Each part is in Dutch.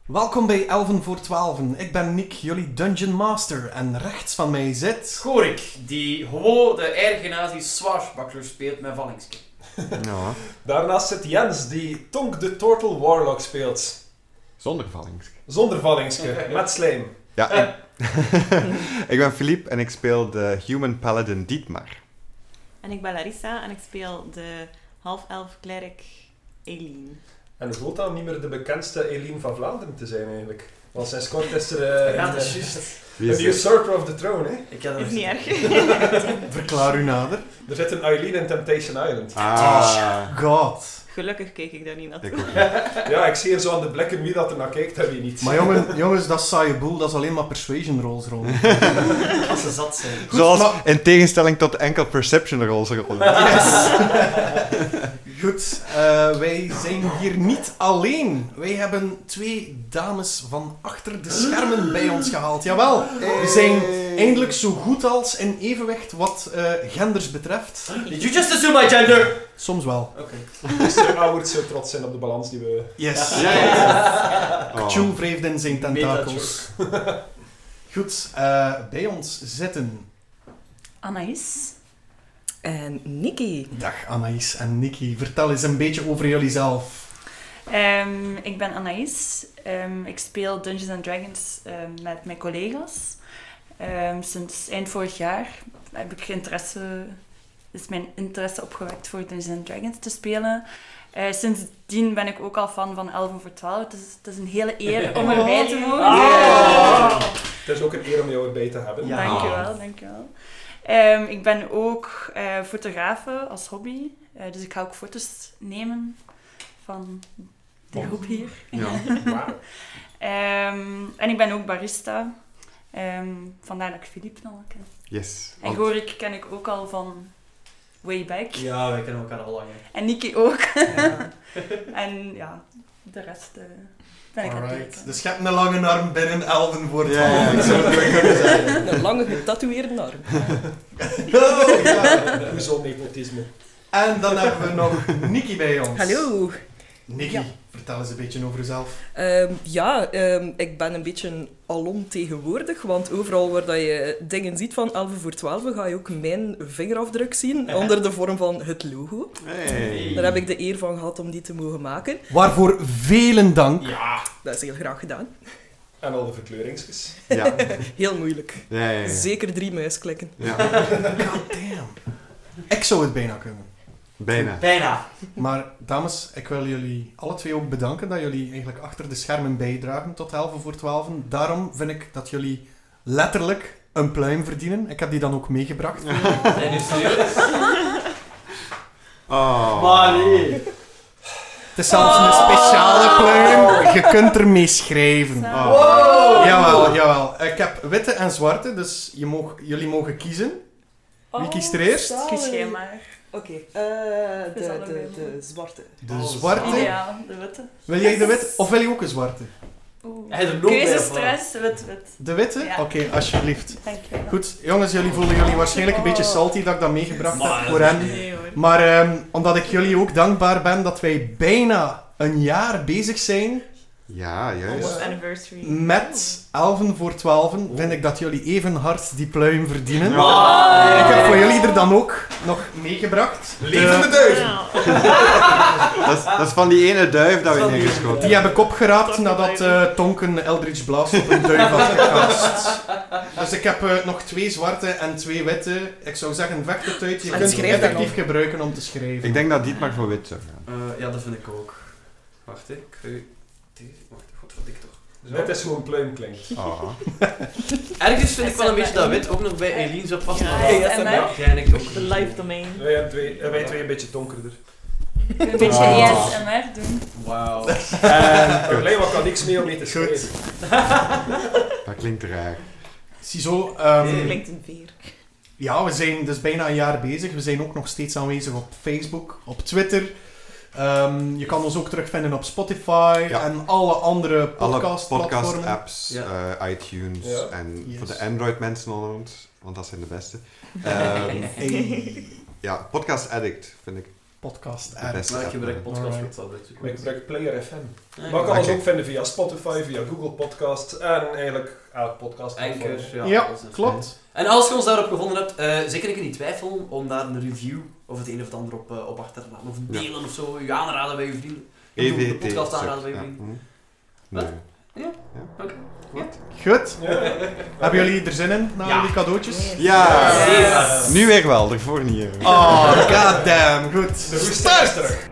Welkom bij 11 voor 12. Ik ben Nick, jullie Dungeon Master. En rechts van mij zit... Gorik, die gewoon de eigenaar die swashbuckler speelt met Vallingske. Ja. Daarnaast zit Jens, die Tonk de Turtle Warlock speelt. Zonder vallings. Zonder vallingske, met slijm. Ja, ik ben Philippe en ik speel de Human Paladin Dietmar. En ik ben Larissa en ik speel de half-elf cleric Eileen. En hoe voelt dat niet meer de bekendste Eileen van Vlaanderen te zijn eigenlijk? Want sinds kort is er Ja, dat is juist. een usurper of the throne, hè? Ik heb Dat is niet erg. Verklaar u nader. Er zit een Eileen in Temptation Island. God. Gelukkig keek ik daar niet naartoe. Ik ook niet. Ja, ik zie hier zo aan de blikken wie dat er naar kijkt, dat weet je niet. Maar jongens, dat is saaie boel. Dat is alleen maar persuasion rolls rollen. als ze zat zijn. Zoals maar- in tegenstelling tot enkel perception rolls rollen. Yes. Goed, wij zijn hier niet alleen. Wij hebben twee dames van achter de schermen bij ons gehaald. Jawel, we zijn eindelijk zo goed als in evenwicht wat genders betreft. Did you just assume my gender? Soms wel. Oké. Mr. Howard zou trots zijn op de balans die we... Yes. Oh. Chew wreeft in zijn tentakels. Goed, bij ons zitten... Anaïs. En Nikki. Dag Anaïs en Nikki. Vertel eens een beetje over jullie zelf. Ik ben Anaïs. Ik speel Dungeons & Dragons met mijn collega's. Sinds eind vorig jaar heb ik is mijn interesse opgewekt voor Dungeons & Dragons te spelen. Sindsdien ben ik ook al fan van 11 voor 12. Het is een hele eer om erbij te mogen. Het is ook een eer om jou erbij te hebben. Ja. Dankjewel. Ik ben ook fotografe als hobby. Dus ik ga ook foto's nemen van de groep hier. Ja. Wauw. En ik ben ook barista. Vandaar dat ik Philippe nog ken. Yes. En Gorik ken ik ook al van way back. Ja, wij kennen elkaar al langer. En Nikki ook. Ja. En ja, de rest ben ik aan het Alright. kijken. Dus je hebt een lange arm binnen 11 voor 12. Ja, Ik zou het wel kunnen zeggen. Een lange getatoeëerde arm. Oh, ja. Hoezo nepotisme? En dan hebben we nog Nikki bij ons. Hallo. Nikki, Ja. vertel eens een beetje over jezelf. Ik ben een beetje alomtegenwoordig, want overal waar dat je dingen ziet van 11 voor 12 ga je ook mijn vingerafdruk zien, onder de vorm van het logo. Hey. Daar heb ik de eer van gehad om die te mogen maken. Waarvoor velen dank. Ja. Dat is heel graag gedaan. En al de verkleuringsjes. Ja. Heel moeilijk. Ja. Zeker 3 muisklikken. Ja. God damn. Ik zou het bijna kunnen. Bijna. Bijna. Maar dames, ik wil jullie alle twee ook bedanken dat jullie eigenlijk achter de schermen bijdragen tot 11 voor 12. Daarom vind ik dat jullie letterlijk een pluim verdienen. Ik heb die dan ook meegebracht. Zijn nu serieus? Oh. Maar nee. Het is zelfs een speciale pluim. Je kunt ermee schrijven. Oh. Wow. Jawel. Ik heb witte en zwarte, dus jullie mogen kiezen. Wie kiest er eerst? Kies jij maar. Oké, is allebei de zwarte. De Oh, zwarte. Ideaal, de witte. Wil jij de witte of wil je ook een zwarte? Oeh. Hij heeft er nog bij, Keuzestress, wit. De witte? Ja. Oké, alsjeblieft. Dankjewel. Goed, jongens, jullie voelen jullie waarschijnlijk een beetje salty dat ik dat meegebracht Maar heb dat voor is hen. Nee hoor. Maar omdat ik jullie ook dankbaar ben dat wij bijna een jaar bezig zijn Ja, juist. Almost anniversary. met 11 voor 12, vind ik dat jullie even hard die pluim verdienen. Ja. Ik heb voor jullie er dan ook nog meegebracht. Levende duiven! Dat is van die ene duif dat we neergeschoten. Die heb ik opgeraapt nadat Tonk een Eldritch Blast op een duif had gekast. Dus ik heb nog 2 zwarte en 2 witte. Ik zou zeggen, vecht het uit. Je En kunt het schrijf dat effectief gebruiken om te schrijven. Ik denk dat Dietmar voor wit zou gaan. Ja, dat vind ik ook. Wacht, hè. Wacht, godverdik toch. Net is gewoon pluim klinkt. Oh. Ergens vind ik wel een beetje dat wit ook nog bij Eileen zou passen. Ja, maar ASMR. ja, jij nikt ook. De live domain. Wij twee een beetje donkerder. Kun je een beetje Ah. ASMR doen? Wauw. Alleen wat kan niks mee om mee te Goed. schrijven. Dat klinkt raar. Ziezo, Klinkt een veer. ja, we zijn dus bijna een jaar bezig. We zijn ook nog steeds aanwezig op Facebook, op Twitter. Je kan ons ook terugvinden op Spotify Ja. en alle andere Alle podcast-platformen. podcast-apps, Ja. iTunes Ja. en Yes. voor de Android-mensen onder ons, want dat zijn de beste. Hey. Ja, Podcast Addict vind ik podcast De app. beste Maar ik app, gebruik hè. podcast Alright. voor het Ik gebruik Player FM. Ja, Maar ik kan ons Oké. ook vinden via Spotify, via Google Podcasts en eigenlijk elk podcast. Anchor, Ja, alles is- klopt. En als je ons daarop gevonden hebt, zeker een keer niet twijfelen om daar een review of het een of het ander op achter te laten. Of delen of zo. Je aanraden bij je vrienden. De EVT. podcast aanraden bij je ja. vrienden. Nee. Goed. Ja. Hebben jullie er zin in, na Ja. die cadeautjes? Ja! Ja. Nu weer wel, daarvoor niet. Oh, goddamn, goed. De roesting is terug.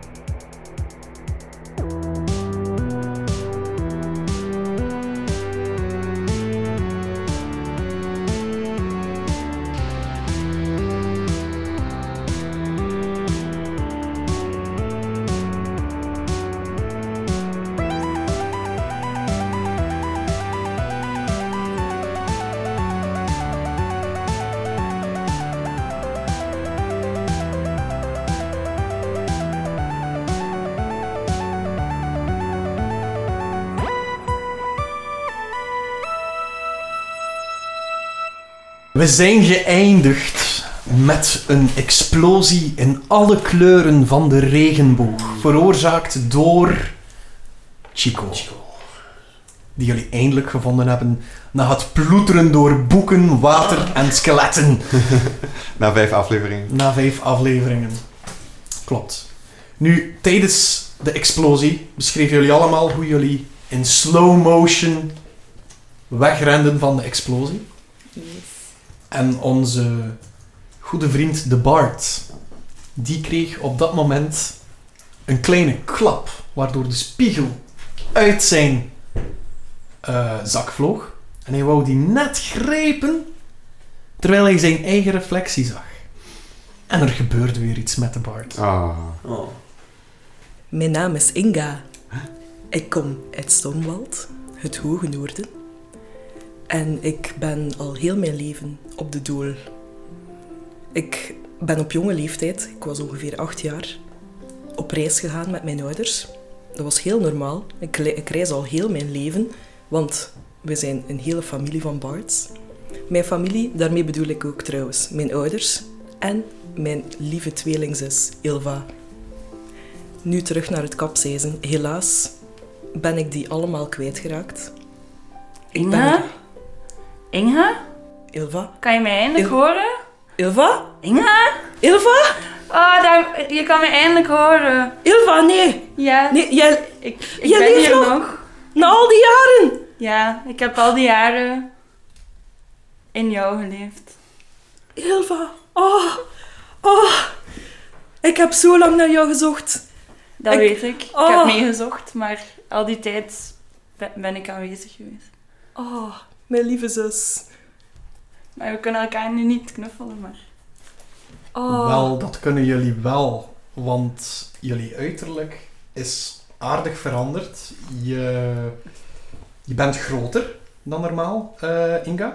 We zijn geëindigd met een explosie in alle kleuren van de regenboog. Veroorzaakt door Chico. Die jullie eindelijk gevonden hebben na het ploeteren door boeken, water en skeletten. Na 5 afleveringen. Na 5 afleveringen. Klopt. Nu, tijdens de explosie beschreven jullie allemaal hoe jullie in slow motion wegrenden van de explosie. Yes. En onze goede vriend de Bard, die kreeg op dat moment een kleine klap, waardoor de spiegel uit zijn zak vloog. En hij wou die net grijpen, terwijl hij zijn eigen reflectie zag. En er gebeurde weer iets met de Bard. Ah. Oh. Mijn naam is Inga. Ik kom uit Stonewald, het hoge noorden. En ik ben al heel mijn leven op de dool. Ik ben op jonge leeftijd, ik was ongeveer 8 jaar, op reis gegaan met mijn ouders. Dat was heel normaal. Ik reis al heel mijn leven, want we zijn een hele familie van bards. Mijn familie, daarmee bedoel ik ook trouwens mijn ouders en mijn lieve tweelingzus Ilva. Nu terug naar het kapseizen. Helaas ben ik die allemaal kwijtgeraakt. Ik ben Inge? er- Inge? Ilva? Kan je mij eindelijk Il- horen? Ilva? Inge? Ilva? Je kan me eindelijk horen. Ilva, nee! Ja, Nee, jij... ik jij ben leeft hier nog? nog. Na al die jaren! Ja, ik heb al die jaren in jou geleefd. Ilva. Oh. Oh. Ik heb zo lang naar jou gezocht. Dat Ik- weet ik. Ik Oh. heb meegezocht, maar al die tijd ben ik aanwezig geweest. Oh, mijn lieve zus. Maar we kunnen elkaar nu niet knuffelen, maar... Oh. Wel, dat kunnen jullie wel, want jullie uiterlijk is aardig veranderd. Je bent groter dan normaal, Inga.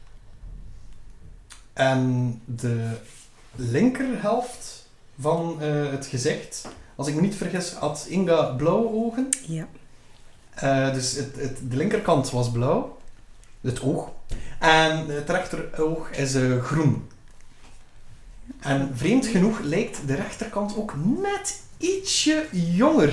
En de linkerhelft van het gezicht, als ik me niet vergis, had Inga blauwe ogen. Ja. Dus de linkerkant was blauw, het oog. En het rechteroog is groen. En vreemd genoeg lijkt de rechterkant ook net ietsje jonger.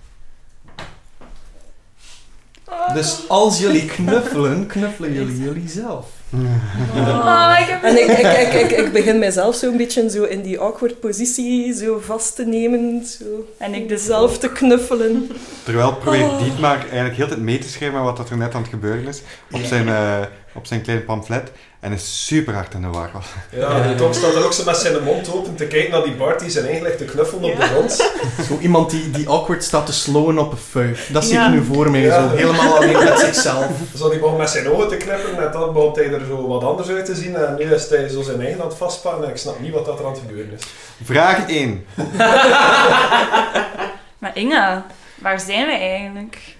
Dus als jullie knuffelen, knuffelen jullie zelf. Oh, ik heb... En ik begin mijzelf zo'n beetje zo in die awkward positie zo vast te nemen. Zo. En ik dus zelf ook. te knuffelen. Terwijl probeert Oh. Dietmar eigenlijk heel de tijd mee te schrijven wat er net aan het gebeuren is op zijn kleine pamflet. En is super hard in de war. Ja, Tom staat er ook zo met zijn mond open te kijken naar die Bart die zijn eigen ligt te knuffelen op de grond. Zo iemand die awkward staat te slowen op een fuif. Dat zie Ja. ik nu voor mij, Ja. zo helemaal alleen met zichzelf. Zo die begon met zijn ogen te knipperen en dan begon hij er zo wat anders uit te zien en nu is hij zo zijn eigen aan het vastpakken en ik snap niet wat dat er aan het gebeuren is. Vraag 1. Maar Inge, waar zijn we eigenlijk?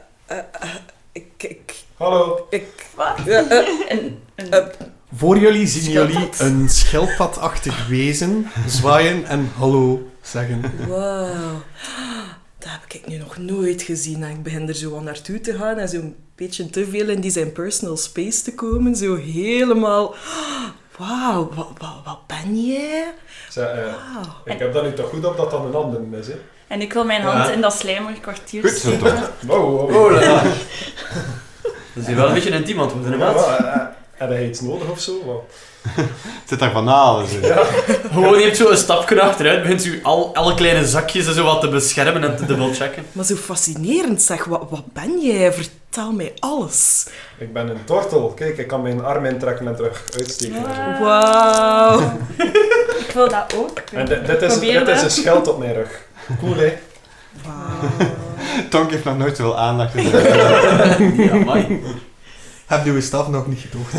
Hallo. Wat? Een Voor jullie zien jullie Schildpad? een schildpadachtig wezen zwaaien en hallo zeggen. Wauw. Dat heb ik nu nog nooit gezien. En ik begin er zo aan naartoe te gaan en zo'n beetje te veel in die zijn personal space te komen. Zo helemaal... Wauw, wat ben jij? Wauw. Ik heb dat nu toch goed op dat dat een ander is, hè? En ik wil mijn hand in dat slijmerkwartier Goed zo, steken. toch? Wow. Oh, la. Dat is hier wel een beetje intiem aan het worden, hè, maat? Heb hij iets nodig of zo? Wat? Het zit daar van alles in. Ja. Gewoon, je hebt zo een stapje achteruit, begint u alle kleine zakjes en zo wat te beschermen en te dubbelchecken. Maar zo fascinerend zeg, wat ben jij? Vertel mij alles. Ik ben een tortel. Kijk, ik kan mijn arm intrekken en terug uitsteken. Wauw. Ik wil dat ook. En dit is Probeer een schild op mijn rug. Cool, hè? Wauw. Tonk heeft nog nooit zoveel aandacht in Ja, amai. Heb je uw staf nog niet getoogd?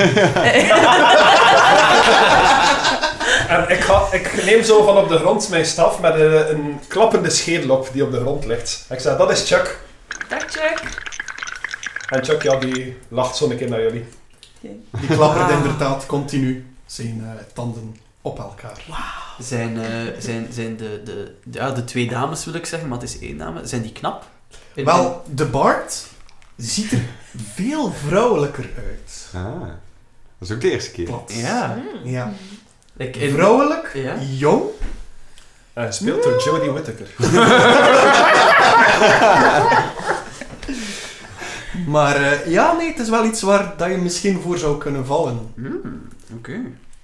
En ik neem zo van op de grond mijn staf met een klappende schedel op die op de grond ligt. Ik zeg, dat is Chuck. Dag, Chuck. En Chuck, ja, die lacht zo een keer naar jullie. Die klappert inderdaad continu zijn tanden op elkaar. Zijn de twee dames, wil ik zeggen, maar het is één dame, zijn die knap? Wel, de Bard ziet er veel vrouwelijker uit. Ah, dat is ook de eerste keer. Plat. Ja. Ja. Like Vrouwelijk, Ja. jong. Speelt door Jodie Whittaker. Maar ja, nee, het is wel iets waar dat je misschien voor zou kunnen vallen. Oké.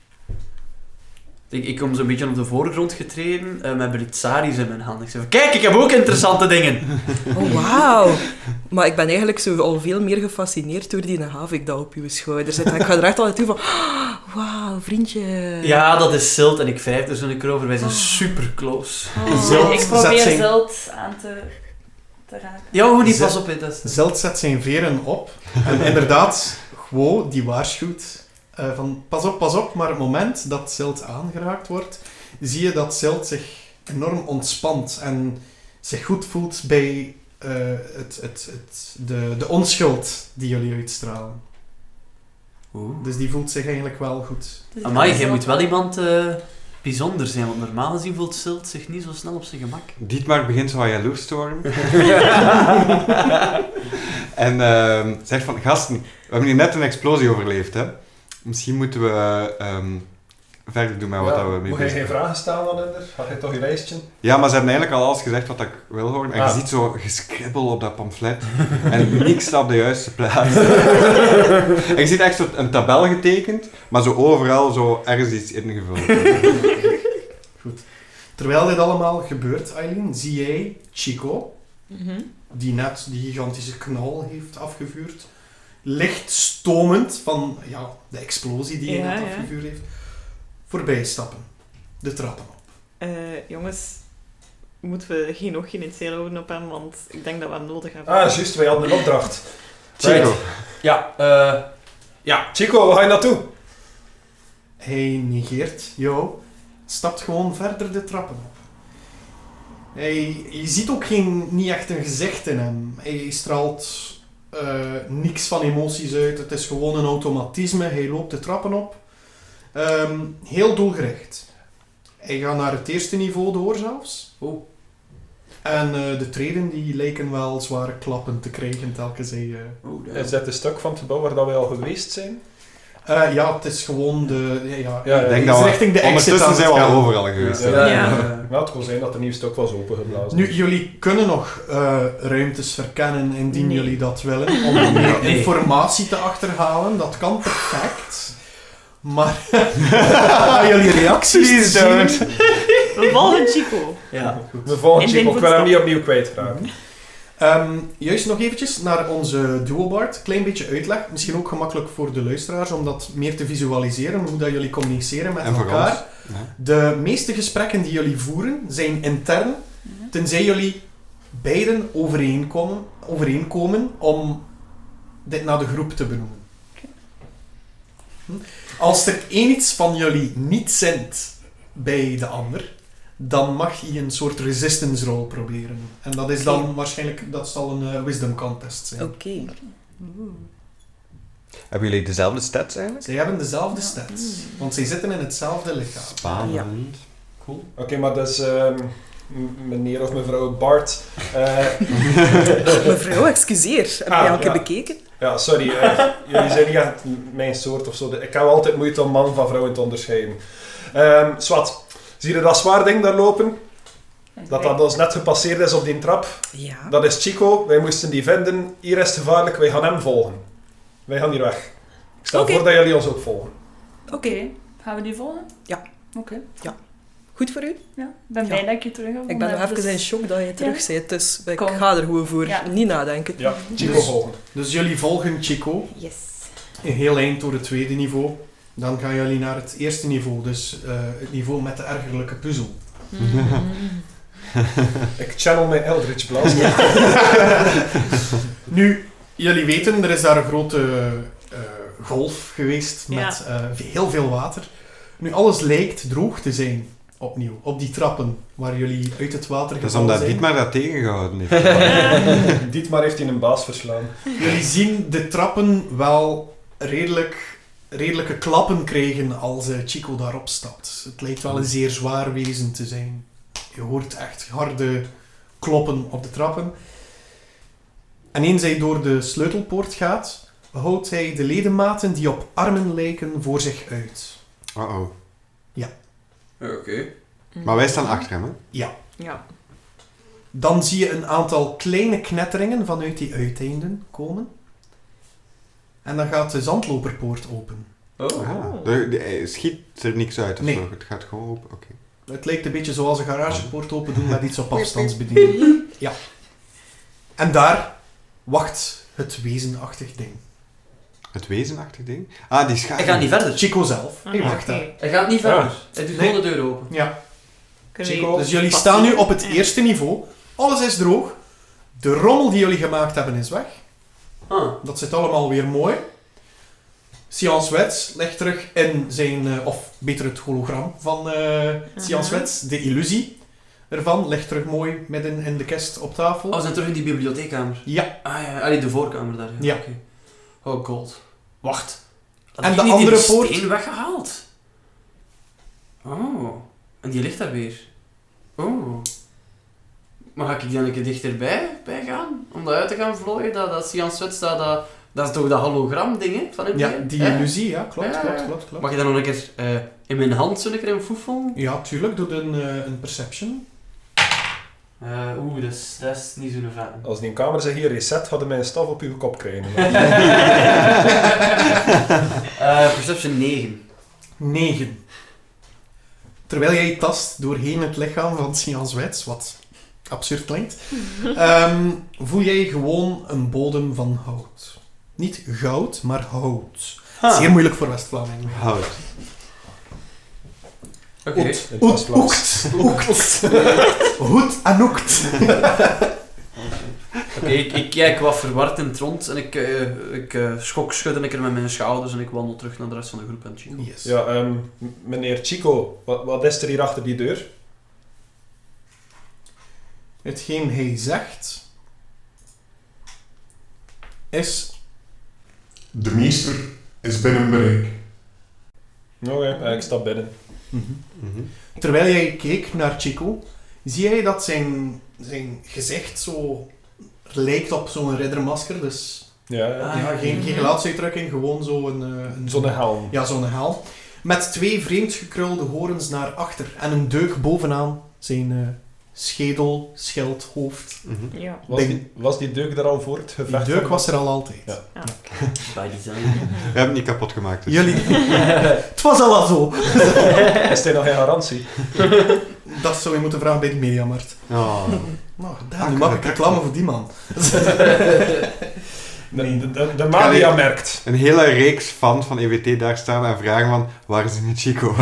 Ik kom zo'n beetje op de voorgrond getreden met Britsaris in mijn hand. Ik zeg, kijk, ik heb ook interessante dingen. Oh, wauw. Maar ik ben eigenlijk zo al veel meer gefascineerd door die havik dat op je schouder zit. En ik ga er echt al naartoe van, wauw, vriendje. Ja, dat is Zilt en ik wrijf er zo een keer over. Wij zijn super close. Zilt Ik zet probeer zijn- Zilt aan te raken. Ja, hoe niet, Zilt- pas op. Hè, dat is... Zeld zet zijn veren op. En inderdaad, Guo, die waarschuwt van pas op, maar op het moment dat Zeld aangeraakt wordt, zie je dat Zeld zich enorm ontspant en zich goed voelt bij de onschuld die jullie uitstralen. Dus die voelt zich eigenlijk wel goed. Dus Amai, jij Zilt- moet wel iemand bijzonder zijn, want normaal gezien voelt Zilt zich niet zo snel op zijn gemak. Dietmar begint zo wat jaloers te worden. En zegt van, gasten, we hebben hier net een explosie overleefd, hè. Misschien moeten we verder doen met wat dat we mee Moet jij bezig geen zijn. vragen stellen dan, Ender? Had jij toch je lijstje? Ja, maar ze hebben eigenlijk al alles gezegd wat ik wil horen. En je Ah. ziet zo geschribbel op dat pamflet. En niks staat op de juiste plaats. En je ziet echt zo een tabel getekend, maar zo overal zo ergens iets ingevuld. Terwijl dit allemaal gebeurt, Eileen, zie jij Chico, Mhm. die net die gigantische knal heeft afgevuurd, licht stomend van de explosie die hij Ja, net ja. afgevuurd heeft, voorbij stappen. De trappen op. Jongens, moeten we geen oogje in het zeil houden op hem, want ik denk dat we hem nodig hebben. Juist, wij hadden een opdracht. Chico. Ja, Chico, waar ga je naartoe? Hij negeert jou, stapt gewoon verder de trappen op. Je ziet ook niet echt een gezicht in hem. Hij straalt niks van emoties uit. Het is gewoon een automatisme. Hij loopt de trappen op. Heel doelgericht. Hij gaat naar het eerste niveau door zelfs. Oh. En de treden die lijken wel zware klappen te krijgen telkens hij... Is dit een stuk van het gebouw waar dat wij al geweest zijn? ja, het is gewoon de... Ja, Ik denk hij is dat we richting de exit ondertussen aan zijn het we al gaan. overal geweest. Ja. hè. Ja. Nou, het kon zijn dat er nieuw stuk was opengeblazen. Nu, jullie kunnen nog ruimtes verkennen indien Nee. jullie dat willen, om meer Nee. informatie te achterhalen. Dat kan perfect. Maar jullie reacties Please te don't. zien... We volgen Chico. Ja. We volgen In Chico, zijn ik wil hem voetstappen. niet opnieuw kwijtraken. Juist nog eventjes naar onze duobard. Klein beetje uitleg. Misschien ook gemakkelijk voor de luisteraars om dat meer te visualiseren, hoe dat jullie communiceren met En voor elkaar. ons. Ja. De meeste gesprekken die jullie voeren zijn intern, tenzij jullie beiden overeenkomen om dit naar de groep te benoemen. Als er één iets van jullie niet zint bij de ander, dan mag je een soort resistance rol proberen. En dat is dan waarschijnlijk, dat zal een wisdom contest zijn. Oké. Hebben jullie dezelfde stats eigenlijk? Zij hebben dezelfde stats, want zij zitten in hetzelfde lichaam. Spannend. Cool. Oké, maar dus... meneer of mevrouw Bart. Mevrouw, excuseer. Heb je al een keer bekeken? Ja, sorry. Jullie zijn niet echt mijn soort of zo. Ik heb altijd moeite om man van vrouwen te onderscheiden. Swat, zie je dat zwaar ding daar lopen? Dat ons net gepasseerd is op die trap. Ja. Dat is Chico. Wij moesten die vinden. Hier is het gevaarlijk. Wij gaan hem volgen. Wij gaan hier weg. Ik stel voor dat jullie ons ook volgen. Oké, gaan we die volgen? Ja. Oké. Goed voor u? Ja. Ik ben blij dat ik je terug heb. Ik ben nog even in shock dat je terug bent, dus ik ga er gewoon voor. Ja. Niet nadenken. Ja, Chico Dus- volgen. Dus jullie volgen Chico. Yes. Een heel eind door het tweede niveau. Dan gaan jullie naar het eerste niveau. Dus het niveau met de ergerlijke puzzel. Ik channel mijn Eldritch Blast. Nu, jullie weten, er is daar een grote golf geweest met heel veel water. Nu, alles lijkt droog te zijn, opnieuw, op die trappen waar jullie uit het water Dat is gevallen omdat zijn. Dietmar dat tegengehouden heeft. Dietmar heeft hij een baas verslaan. Jullie zien de trappen wel redelijke klappen krijgen als Chico daarop stapt. Het lijkt wel een zeer zwaar wezen te zijn. Je hoort echt harde kloppen op de trappen. En eens hij door de sleutelpoort gaat, houdt hij de ledematen die op armen lijken voor zich uit. Uh-oh. Oké. Maar wij staan achter hem, hè? Ja. Ja. Dan zie je een aantal kleine knetteringen vanuit die uiteinden komen. En dan gaat de zandloperpoort open. Oh. Ah, hij schiet er niks uit of Nee. zo. Het gaat gewoon open. Oké. Het lijkt een beetje zoals een garagepoort open doen met iets op afstandsbediening. Ja. En daar wacht het wezenachtig ding. Het wezenachtig ding? Ah, die schaar. Hij gaat niet verder. Chico zelf. Hij Oké. wacht daar. Hij gaat niet verder. Hij doet Nee. gewoon de deur open. Ja. Kunnen Chico. we Dus jullie passeren? staan nu op het eerste niveau. Alles is droog. De rommel die jullie gemaakt hebben is weg. Ah. Dat zit allemaal weer mooi. Science Wets legt terug in zijn, of beter het hologram van Science Wets, de illusie ervan, ligt terug mooi midden in de kist op tafel. Oh, we zijn terug in die bibliotheekkamer. Ja. Ah ja, allee, de voorkamer daar. Ja. Oké. Oh god. Wacht. Had En ik de niet andere die poort? steen weggehaald? Oh. En die ligt daar weer. Oh. Maar ga ik dan een keer dichterbij gaan? Om dat uit te gaan vlooien? Dat Science Wets, dat is toch dat hologram ding, hè? Van hem? Ja, die illusie, ja, klopt, Ja. klopt. Mag je dan nog een keer in mijn hand zo een keer een foefel? Ja, tuurlijk, doe een perception. Dat is niet zo'n vet. Als die kamer zich hier reset, hadden mijn staf op uw kop krijgen. Perception 9. 9. Terwijl jij tast doorheen het lichaam van Science Wets, wat absurd klinkt, voel jij gewoon een bodem van hout. Niet goud, maar hout. Zeer moeilijk voor West-Vlamingen. Hout. Oké. In het West-Vlaams. Oekt. Hoed en oekt. Oké, ik kijk wat verward in het rond en ik schok schudden een keer met mijn schouders en ik wandel terug naar de rest van de groep en Chico. Yes. Ja, meneer Chico, wat is er hier achter die deur? Hetgeen hij zegt is... De meester is binnen bereik. Oké, ik stap binnen. Mhm. Terwijl jij keek naar Chico, zie jij dat zijn gezicht zo lijkt op zo'n riddermasker. Dus Ja, ja, geen gelaatsuitdrukking, gewoon zo'n zonnehelm. Ja, zo'n helm. Met 2 vreemd gekrulde horens naar achter en een deuk bovenaan zijn schedel, schild, hoofd. Mhm. Ja. Was die deuk er al voor het Die gevecht? deuk was er al altijd. Ja. By design. We hebben het niet kapot gemaakt. Dus. Jullie... Het was al zo. Is hij nog geen garantie? Dat zou je moeten vragen bij de Mediamarkt. Oh. Nou, nu maak ik reclame voor die man. De Madia merkt. Een hele reeks fans van EWT daar staan en vragen van, waar is die Chico?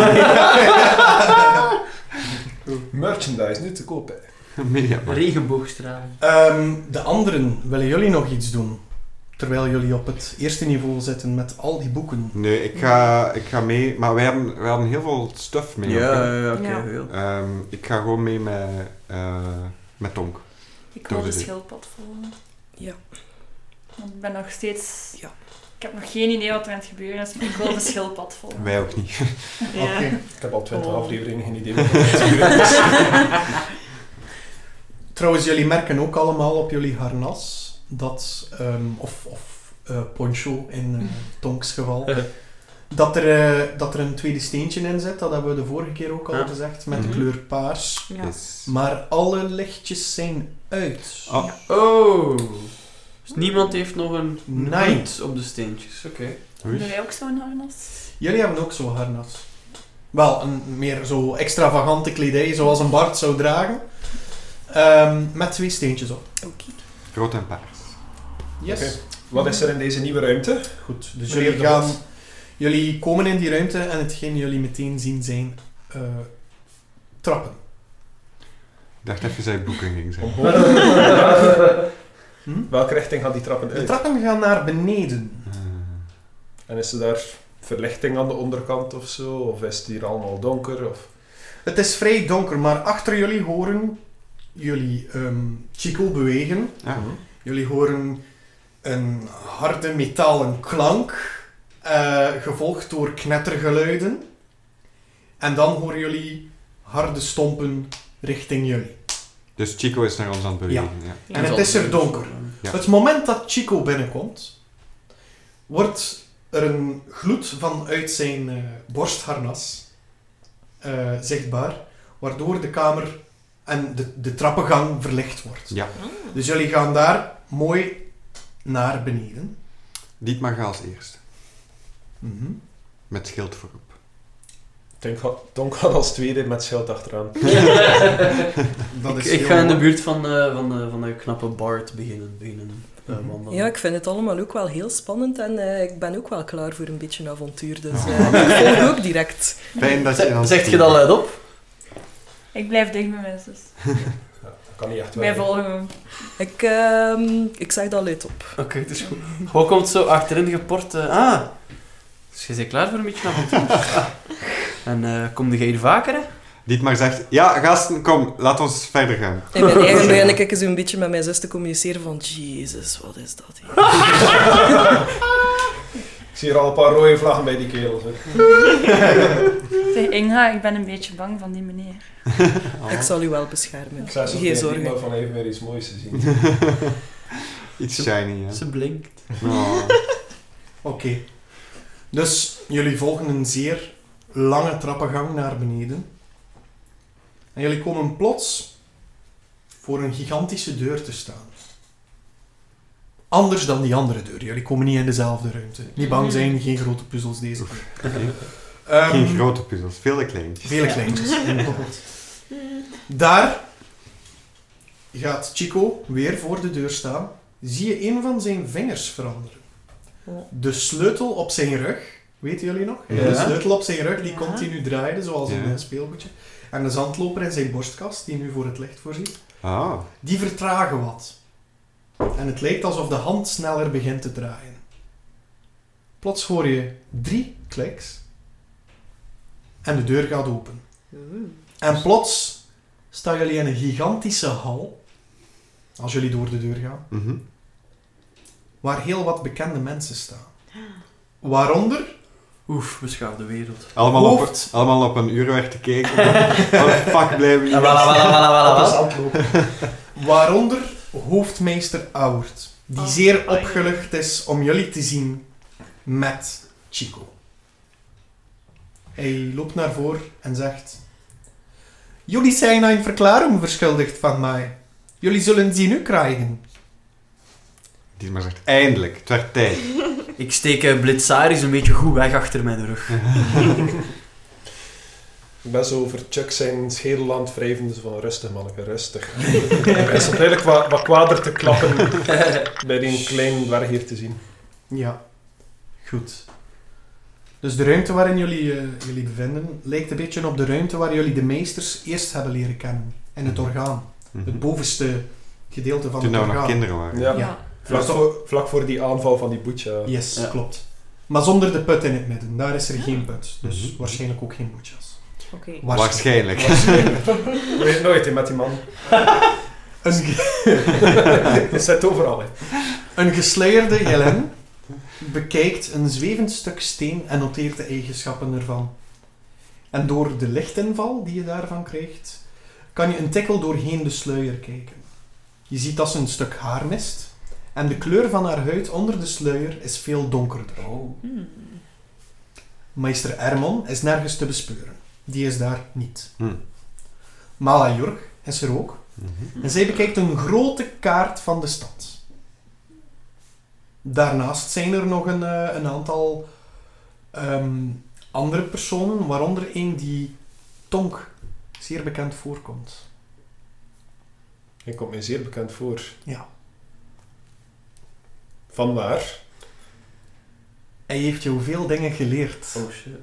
Merchandise, nu te koop. Media. Regenboogstralen. De anderen, willen jullie nog iets doen? Terwijl jullie op het eerste niveau zitten met al die boeken. Nee, ik ga mee, maar we hadden heel veel stuff mee. ook, hè. oké. Ja. heel. Ik ga gewoon mee met Tonk. Ik wil de Door de- schildpad volgen. Ja. Want ik ben nog steeds Ja. Ik heb nog geen idee wat er aan het gebeuren is, maar ik wil de schildpad volgen. Wij ook niet. Ja. Oké. Ik heb al 20 Oh. afleveringen geen idee wat er is. Trouwens, jullie merken ook allemaal op jullie harnas dat, poncho in Tonks geval, dat er een tweede steentje in zit. Dat hebben we de vorige keer ook al Ja. gezegd, met de Mhm. kleur paars. Ja. Yes. Maar alle lichtjes zijn uit. Oh, Oh. Dus niemand heeft nog een Nee. bloed op de steentjes. Oké. Hebben wij ook zo'n harnas? Jullie hebben ook zo'n harnas. Wel, een meer zo extravagante kledij, zoals een Bard zou dragen. Met 2 steentjes op. rood en paars. Yes. Oké. Wat is er in deze nieuwe ruimte? Goed, dus Meneer jullie, de Bot. jullie komen in die ruimte en hetgeen jullie meteen zien zijn trappen. Ik dacht even dat je boeken ging zijn. Welke richting gaan die trappen De uit? trappen gaan naar beneden. En is er daar verlichting aan de onderkant of zo? Of is het hier allemaal donker? Of... Het is vrij donker, maar achter jullie horen jullie Chico bewegen. Ja. Jullie horen een harde metalen klank, gevolgd door knettergeluiden. En dan horen jullie harde stompen richting jullie. Dus Chico is naar ons aan het bewegen. Ja. En het is er donker. Ja. Het moment dat Chico binnenkomt, wordt er een gloed vanuit zijn borstharnas zichtbaar, waardoor de kamer en de trappengang verlicht wordt. Ja. Dus jullie gaan daar mooi naar beneden. Dietmar gaat als eerste. Mhm. Met schild voorop. Donk gaat als tweede met schild achteraan. Dat is Ik heel ga in de mooi. buurt van de knappe Bard beginnen wandelen. Ja, ik vind het allemaal ook wel heel spannend en ik ben ook wel klaar voor een beetje avontuur. Dus ik volg ook direct. Fijn dat je in ons Zegt je team dat bent. luid op? Ik blijf dicht bij mijn zus. Ja, dat kan niet echt Wij wel. volgen hem. Ik zeg dat luid op. Oké, het is goed. Hoe komt zo achterin geport? Dus je bent klaar voor een beetje avontuur? En kom jij hier vaker? Hè? Dietmar zegt, ja gasten, kom, laat ons verder gaan. In mijn eigen begin ik zo'n beetje met mijn zus te communiceren van Jezus, wat is dat hier? Ik zie hier al een paar rode vlaggen bij die kerels. Hè. Zeg, Inga, ik ben een beetje bang van die meneer. Ik zal u wel beschermen. Ik zei zo Geen tegen iemand zorgen. van even weer iets moois te zien. Iets shiny, hè. Ze blinkt. Oh. Oké. Dus jullie volgen een zeer lange trappengang naar beneden. En jullie komen plots voor een gigantische deur te staan. Anders dan die andere deur. Jullie komen niet in dezelfde ruimte. Niet bang zijn, geen grote puzzels deze keer. Geen grote puzzels, vele kleintjes. Vele kleintjes, inderdaad. Daar gaat Chico weer voor de deur staan. Zie je een van zijn vingers veranderen. De sleutel op zijn rug, weten jullie nog? Ja. De sleutel op zijn rug die Ja. continu draaide, zoals een Ja. speelgoedje. En de zandloper in zijn borstkast, die nu voor het licht voorziet. Ah, Die vertragen wat. En het lijkt alsof de hand sneller begint te draaien. Plots hoor je 3 kliks. En de deur gaat open. En plots staan jullie in een gigantische hal. Als jullie door de deur gaan. mhm. Waar heel wat bekende mensen staan. Waaronder Oef, beschaafde wereld. Allemaal op een uurwerk te kijken. Wat fuck blijven die Voilà, voilà, Op de voilà, voilà. zandloop. Waaronder hoofdmeester Aurt, die Oh, zeer oei. opgelucht is om jullie te zien met Chico. Hij loopt naar voren en zegt: jullie zijn een verklaring verschuldigd van mij. Jullie zullen die nu krijgen. Dietmar zegt, eindelijk, het werd tijd. Ik steek Blitzaris een beetje goed weg achter mijn rug. Ik ben zo over Chuck zijn schedel aan het wrijven, dus van rustig manneke, rustig. Hij is eigenlijk wat kwader te klappen bij die kleine dwerg hier te zien. Ja, goed. Dus de ruimte waarin jullie bevinden lijkt een beetje op de ruimte waar jullie de meesters eerst hebben leren kennen. In het orgaan. Het bovenste gedeelte van Toen het we nog orgaan. kinderen waren. Ja. Ja. Vlak voor die aanval van die boetje. Yes, Ja. klopt. Maar zonder de put in het midden. Daar is er geen put. Dus Mhm. waarschijnlijk ook geen boetjas. Oké. Waarschijnlijk. Je weet nooit hè, met die man. Een, Dat zit overal. Hè. een gesleierde Helen bekijkt een zwevend stuk steen en noteert de eigenschappen ervan. En door de lichtinval die je daarvan krijgt, kan je een tikkel doorheen de sluier kijken. Je ziet dat ze een stuk haar mist en de kleur van haar huid onder de sluier is veel donkerder. Meester Ermon is nergens te bespeuren. Die is daar niet. Malajurg is er ook. En zij bekijkt een grote kaart van de stad. Daarnaast zijn er nog een aantal andere personen, waaronder een die Tonk zeer bekend voorkomt. Hij komt mij zeer bekend voor. Ja. Van waar? Hij heeft jou veel dingen geleerd. Oh shit.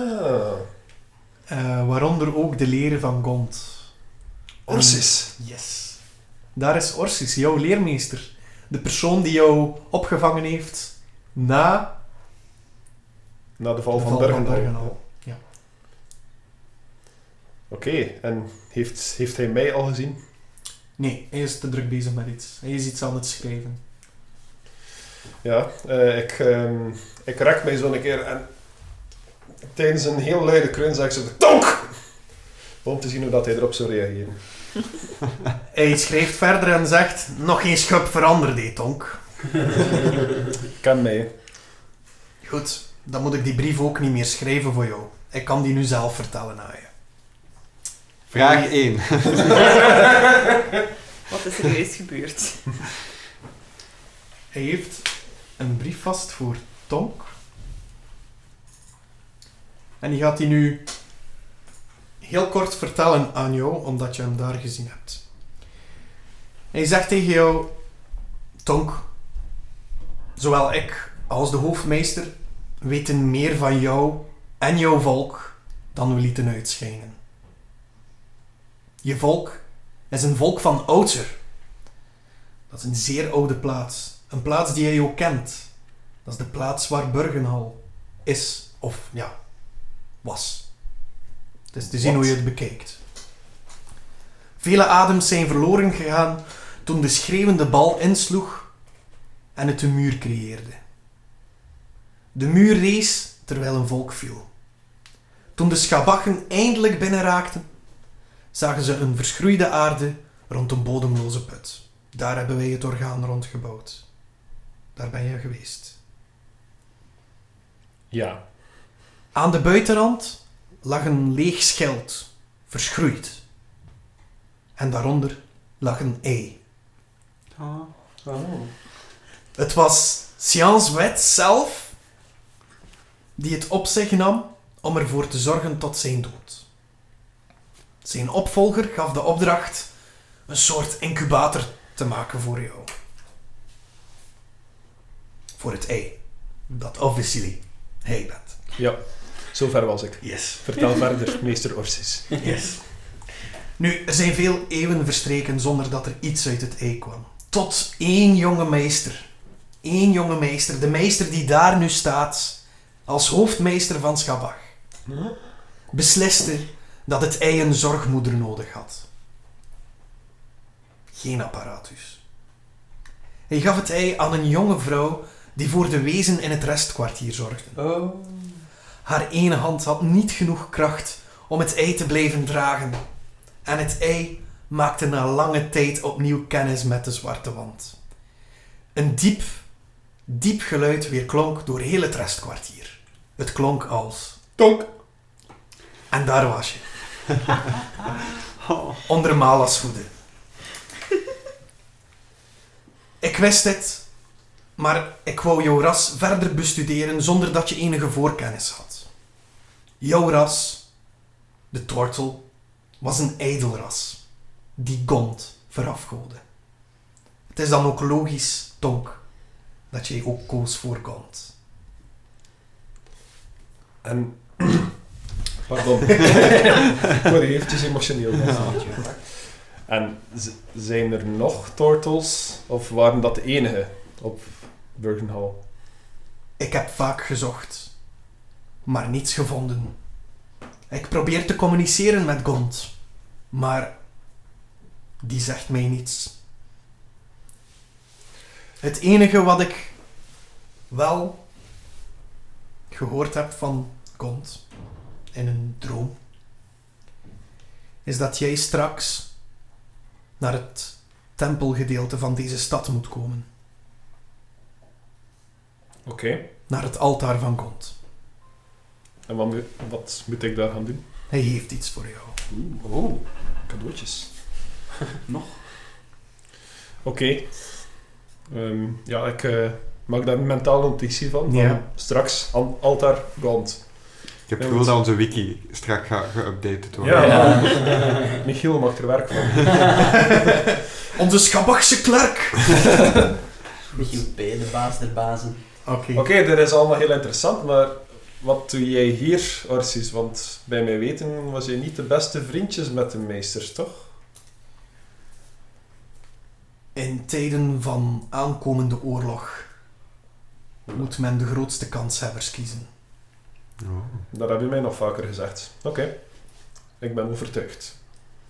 Waaronder ook de leren van Gond. Orsis. Yes. Daar is Orsis, jouw leermeester. De persoon die jou opgevangen heeft na Na de val de van val van Bergenhal. Bergenhal. Ja. Oké, en heeft hij mij al gezien? Nee, hij is te druk bezig met iets. Hij is iets aan het schrijven. Ja, ik rek mij zo een keer en tijdens een heel luide kreun zeg ik zo TONK! Om te zien hoe dat hij erop zou reageren. Hij schrijft verder en zegt: nog geen schub veranderd, Tonk. Ken mij. Goed, dan moet ik die brief ook niet meer schrijven voor jou. Ik kan die nu zelf vertellen aan je. Vraag 1. Wat is er juist gebeurd? Hij heeft een brief vast voor Tonk. En die gaat die nu heel kort vertellen aan jou, omdat je hem daar gezien hebt. Hij zegt tegen jou: Tonk, zowel ik als de hoofdmeester weten meer van jou en jouw volk dan we lieten uitschijnen. Je volk is een volk van oudsher. Dat is een zeer oude plaats. Een plaats die jij ook kent. Dat is de plaats waar Bergenhal is, of ja, was. Het is te zien hoe je het bekijkt. Vele adems zijn verloren gegaan toen de schreeuwende bal insloeg en het een muur creëerde. De muur rees terwijl een volk viel. Toen de Schabachen eindelijk binnenraakten, zagen ze een verschroeide aarde rond een bodemloze put. Daar hebben wij het orgaan rondgebouwd. Daar ben je geweest. Ja. Aan de buitenrand lag een leeg schild, verschroeid. En daaronder lag een ei. Het was Science Wet zelf die het op zich nam om ervoor te zorgen tot zijn dood. Zijn opvolger gaf de opdracht een soort incubator te maken voor jou. Voor het ei. Dat officially hij bent. Ja, zover was ik. Yes. Vertel verder, meester Orsis. Yes. Nu, er zijn veel eeuwen verstreken zonder dat er iets uit het ei kwam. Tot één jonge meester. Eén jonge meester. De meester die daar nu staat als hoofdmeester van Schabach. Besliste dat het ei een zorgmoeder nodig had. Geen apparatus. Hij gaf het ei aan een jonge vrouw die voor de wezen in het restkwartier zorgde. Haar ene hand had niet genoeg kracht om het ei te blijven dragen. En het ei maakte na lange tijd opnieuw kennis met de zwarte wand. Een diep, diep geluid weerklonk door heel het restkwartier. Het klonk als... Tonk! En daar was je. Onder Mala's voeten. Ik wist dit, maar ik wou jouw ras verder bestuderen zonder dat je enige voorkennis had. Jouw ras, de tortel, was een ijdelras die Gond verafgoodde. Het is dan ook logisch, Tonk, dat jij ook koos voor Gond. En... Pardon. Ik word eventjes emotioneel. En zijn er nog tortels? Of waren dat de enige op Bergenhall? Ik heb vaak gezocht, maar niets gevonden. Ik probeer te communiceren met Gond, maar die zegt mij niets. Het enige wat ik wel gehoord heb van Gond in een droom, is dat jij straks naar het tempelgedeelte van deze stad moet komen. Oké. Naar het altaar van Gond. En wat moet ik daar gaan doen? Hij heeft iets voor jou. Oh, cadeautjes. Nog? Oké. Ja, ik maak daar een mentale notitie van. Ja. Straks altaar Gond. Ik heb het gevoel dat onze wiki strak gaat geüpdated worden. Ja, Ja. Michiel maakt er werk van. Onze Schabachse klerk! Michiel P, de baas der bazen. Oké, dat is allemaal heel interessant, maar wat doe jij hier, Orsis? Want bij mijn weten was je niet de beste vriendjes met de meesters, toch? In tijden van aankomende oorlog moet men de grootste kanshebbers kiezen. Oh. Dat heb je mij nog vaker gezegd. Oké. Ik ben overtuigd.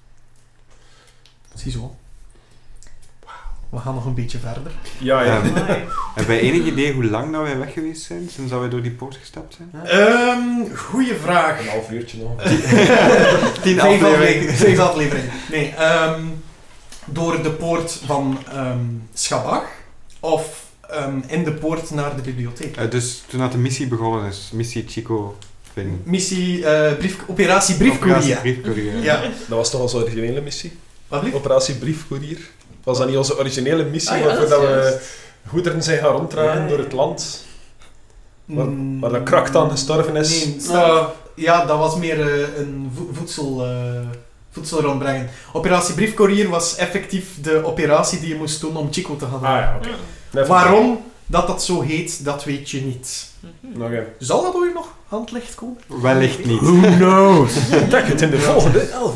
Ziezo. We gaan nog een beetje verder. Ja, ja. Hebben wij enig idee hoe lang dat wij weg geweest zijn sinds dat wij door die poort gestapt zijn? Goeie vraag. Een half uurtje nog. 10 afleveringen. 5 afleveringen. Nee, door de poort van Schabach of in de poort naar de bibliotheek. Dus toen dat de missie begonnen is, missie Chico thing. Missie, operatie Briefcourier. Operatie Briefcourier. Ja. Dat was toch onze originele missie? Wat blieft? Operatie Briefcourier. Was dat niet onze originele missie, Ah ja, waarvoor dat dat is we juist. goederen zijn gaan ronddragen Ja. door het land? Waar dat Krak dan gestorven is? Nee, ja, dat was meer een voedsel rondbrengen. Operatie Briefcourier was effectief de operatie die je moest doen om Chico te gaan Ah halen. ja, oké. Nee, Waarom dat zo heet, dat weet je niet. Oké. Zal dat ooit nog aan het licht komen? Wellicht niet. Who knows? Kijk het in de volgende 11.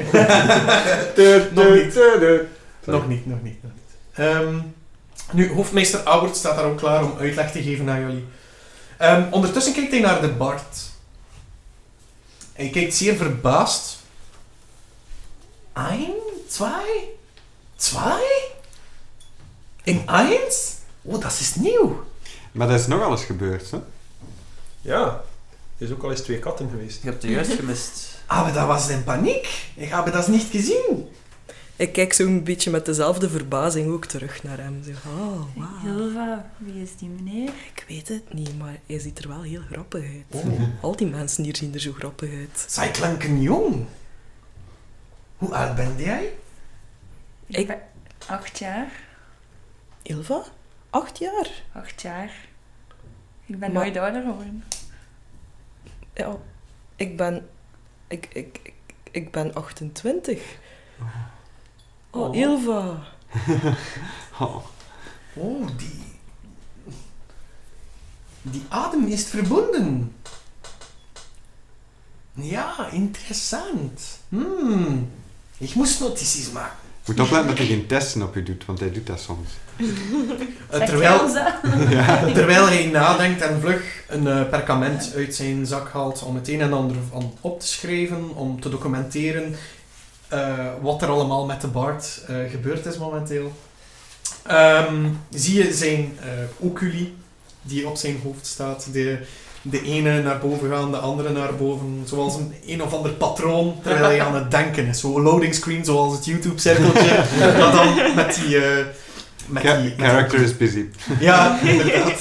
Nog niet. Nu, hoofdmeester Auwert staat daar ook klaar om uitleg te geven aan jullie. Ondertussen kijkt hij naar de Bard. Hij kijkt zeer verbaasd. 1, 2, 2? In 1? Oh, dat is nieuw. Maar dat is nog alles gebeurd, hè? Ja, er is ook al eens 2 katten geweest. Je hebt het juist gemist. Ah, maar dat was in paniek. Ik heb dat niet gezien. Ik kijk zo'n beetje met dezelfde verbazing ook terug naar hem. Zo, oh, wauw. Hilva, wie is die meneer? Ik weet het niet, maar hij ziet er wel heel grappig uit. Oh. Al die mensen hier zien er zo grappig uit. Zij klinken jong. Hoe oud ben jij? Ik- ben 8 jaar. Ilva? 8 jaar? 8 jaar. Ik ben Maar- nooit ouder geworden. Ja, ik ben... Ik ben 28. Oh, Ilva. Oh. Oh, die adem is verbonden. Ja, interessant. Ik moest notities maken. Moet opletten dat hij geen testen op je doet, want hij doet dat soms. Terwijl hij nadenkt en vlug een perkament uit zijn zak haalt om het een en ander van op te schrijven, om te documenteren wat er allemaal met de Bard gebeurd is momenteel. Zie je zijn oculi die op zijn hoofd staat. De ene naar boven gaan, de andere naar boven. Zoals een of ander patroon terwijl hij aan het denken is. Zo'n loading screen zoals het YouTube-cirkeltje. Maar dan met die... Character is busy. Ja, inderdaad.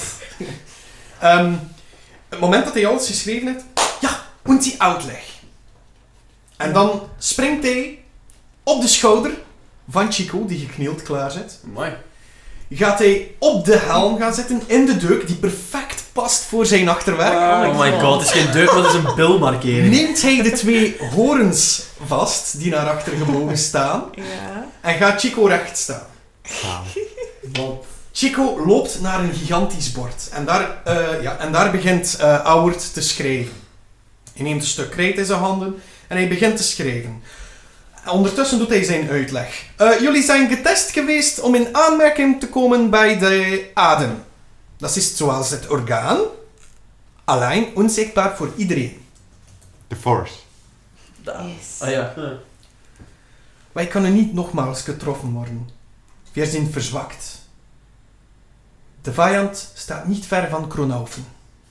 Het moment dat hij alles geschreven heeft... Ja, und die uitleg. En dan springt hij op de schouder van Chico, die geknield klaar zit. Mooi. Gaat hij op de helm gaan zitten, in de deuk, die perfect past voor zijn achterwerk. Oh my god, het is geen deuk, maar het is een bilmarkering. Neemt hij de 2 horens vast, die naar achter gebogen staan, Ja. en gaat Chico recht staan. Wauw. Chico loopt naar een gigantisch bord. En daar begint Auwert te schrijven. Hij neemt een stuk krijt in zijn handen en hij begint te schrijven. Ondertussen doet hij zijn uitleg. Jullie zijn getest geweest om in aanmerking te komen bij de adem. Dat is zoals het orgaan. Alleen onzichtbaar voor iedereen. The Force. Yes. Ah ja. Wij kunnen niet nogmaals getroffen worden. We zijn verzwakt. De vijand staat niet ver van Kronaufen.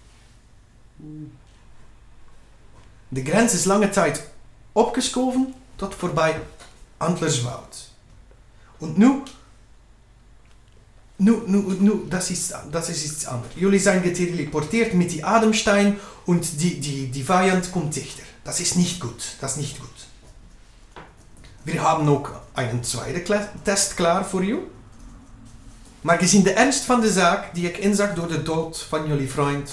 De grens is lange tijd opgeschoven tot voorbij Antlerswoud. En nu, dat is iets anders. Jullie zijn geteleporteerd met die Ademstein en die vijand komt dichter. Dat is niet goed. We hebben ook een tweede test klaar voor jou. Maar gezien de ernst van de zaak die ik inzag door de dood van jullie vriend,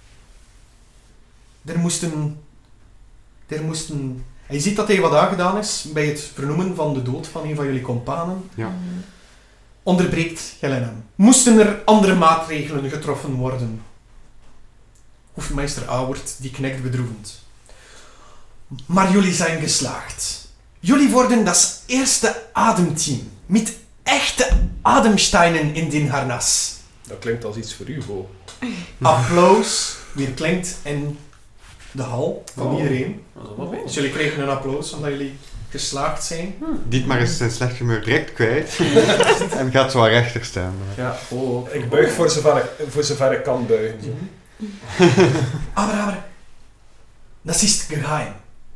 er moesten... En je ziet dat hij wat aangedaan is bij het vernoemen van de dood van een van jullie companen. Ja. Onderbreekt Helena. Moesten er andere maatregelen getroffen worden? Hoefmeester Auwert, die knikt bedroevend. Maar jullie zijn geslaagd. Jullie worden dat eerste ademteam. Met echte ademsteinen in den harnas. Dat klinkt als iets voor u, Bo. Applaus weer klinkt in de hal van iedereen. Dat is wel Dus jullie kregen een applaus omdat jullie geslaagd zijn. Dietmar is zijn slecht humeur direct kwijt. En gaat zo rechter staan. Ja, Ik buig voor zover ik kan buigen. Zo. Aber, dat is geheim.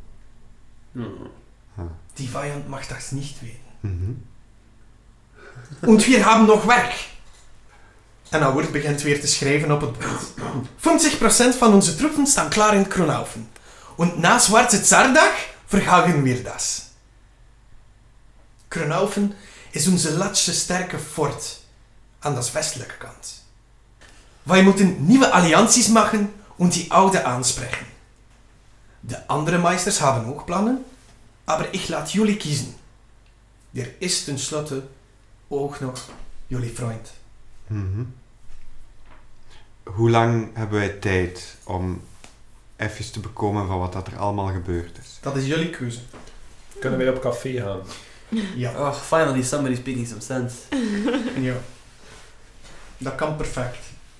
Die vijand mag dat niet weten. En we hebben nog werk. En Auwert begint weer te schrijven op het bord. 50% van onze troepen staan klaar in Kronaufen. En na Zwarte Tsardag vergaan we dat. Kronaufen is onze laatste sterke fort aan de westelijke kant. Wij moeten nieuwe allianties maken en die oude aanspreken. De andere meesters hebben ook plannen, maar ik laat jullie kiezen. Er is tenslotte ook nog jullie vriend. Hoe lang hebben wij tijd om even te bekomen van wat dat er allemaal gebeurd is? Dat is jullie keuze. Kunnen wij op café gaan? Ja. Oh, finally somebody speaking some sense. Ja. Dat kan perfect.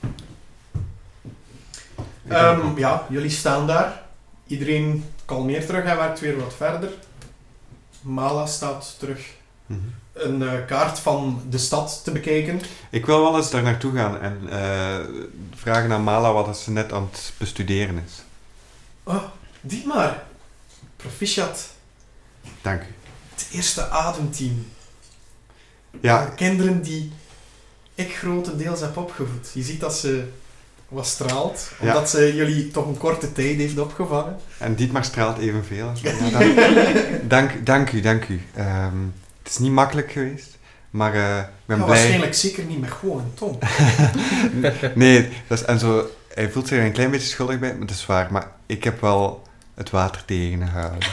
Ja, jullie staan daar. Iedereen kalmeert terug en werkt weer wat verder. Mala staat terug een kaart van de stad te bekijken. Ik wil wel eens daar naartoe gaan en vragen aan Mala wat ze net aan het bestuderen is. Oh, Dietmar. Proficiat. Dank u. Het eerste ademteam. Ja, Kinderen die ik grotendeels heb opgevoed. Je ziet dat ze wat straalt, omdat ze jullie toch een korte tijd heeft opgevangen. en Dietmar straalt evenveel. Als ja, dank u. Het is niet makkelijk geweest, maar ik ben blij... Waarschijnlijk zeker niet met gewoon een tong. Nee, dat is, en zo, hij voelt zich er een klein beetje schuldig bij, maar dat is waar. Maar ik heb wel het water tegengehouden.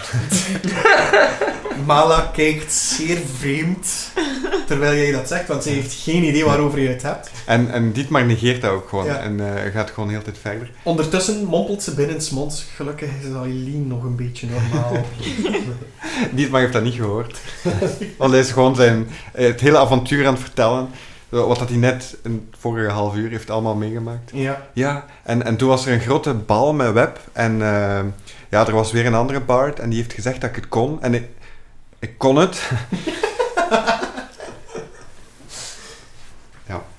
Mala kijkt zeer vreemd terwijl jij dat zegt, want ze heeft geen idee waarover je het hebt. En Dietmar negeert dat ook gewoon. Ja. En gaat gewoon de hele tijd verder. Ondertussen mompelt ze binnensmonds. Gelukkig is Aileen nog een beetje normaal. Dietmar heeft dat niet gehoord. Want hij is gewoon het hele avontuur aan het vertellen. Wat dat hij net in het vorige half uur heeft allemaal meegemaakt. Ja. Ja, en toen was er een grote bal met web. En er was weer een andere bard. En die heeft gezegd dat ik het kon. En ik kon het. Ja.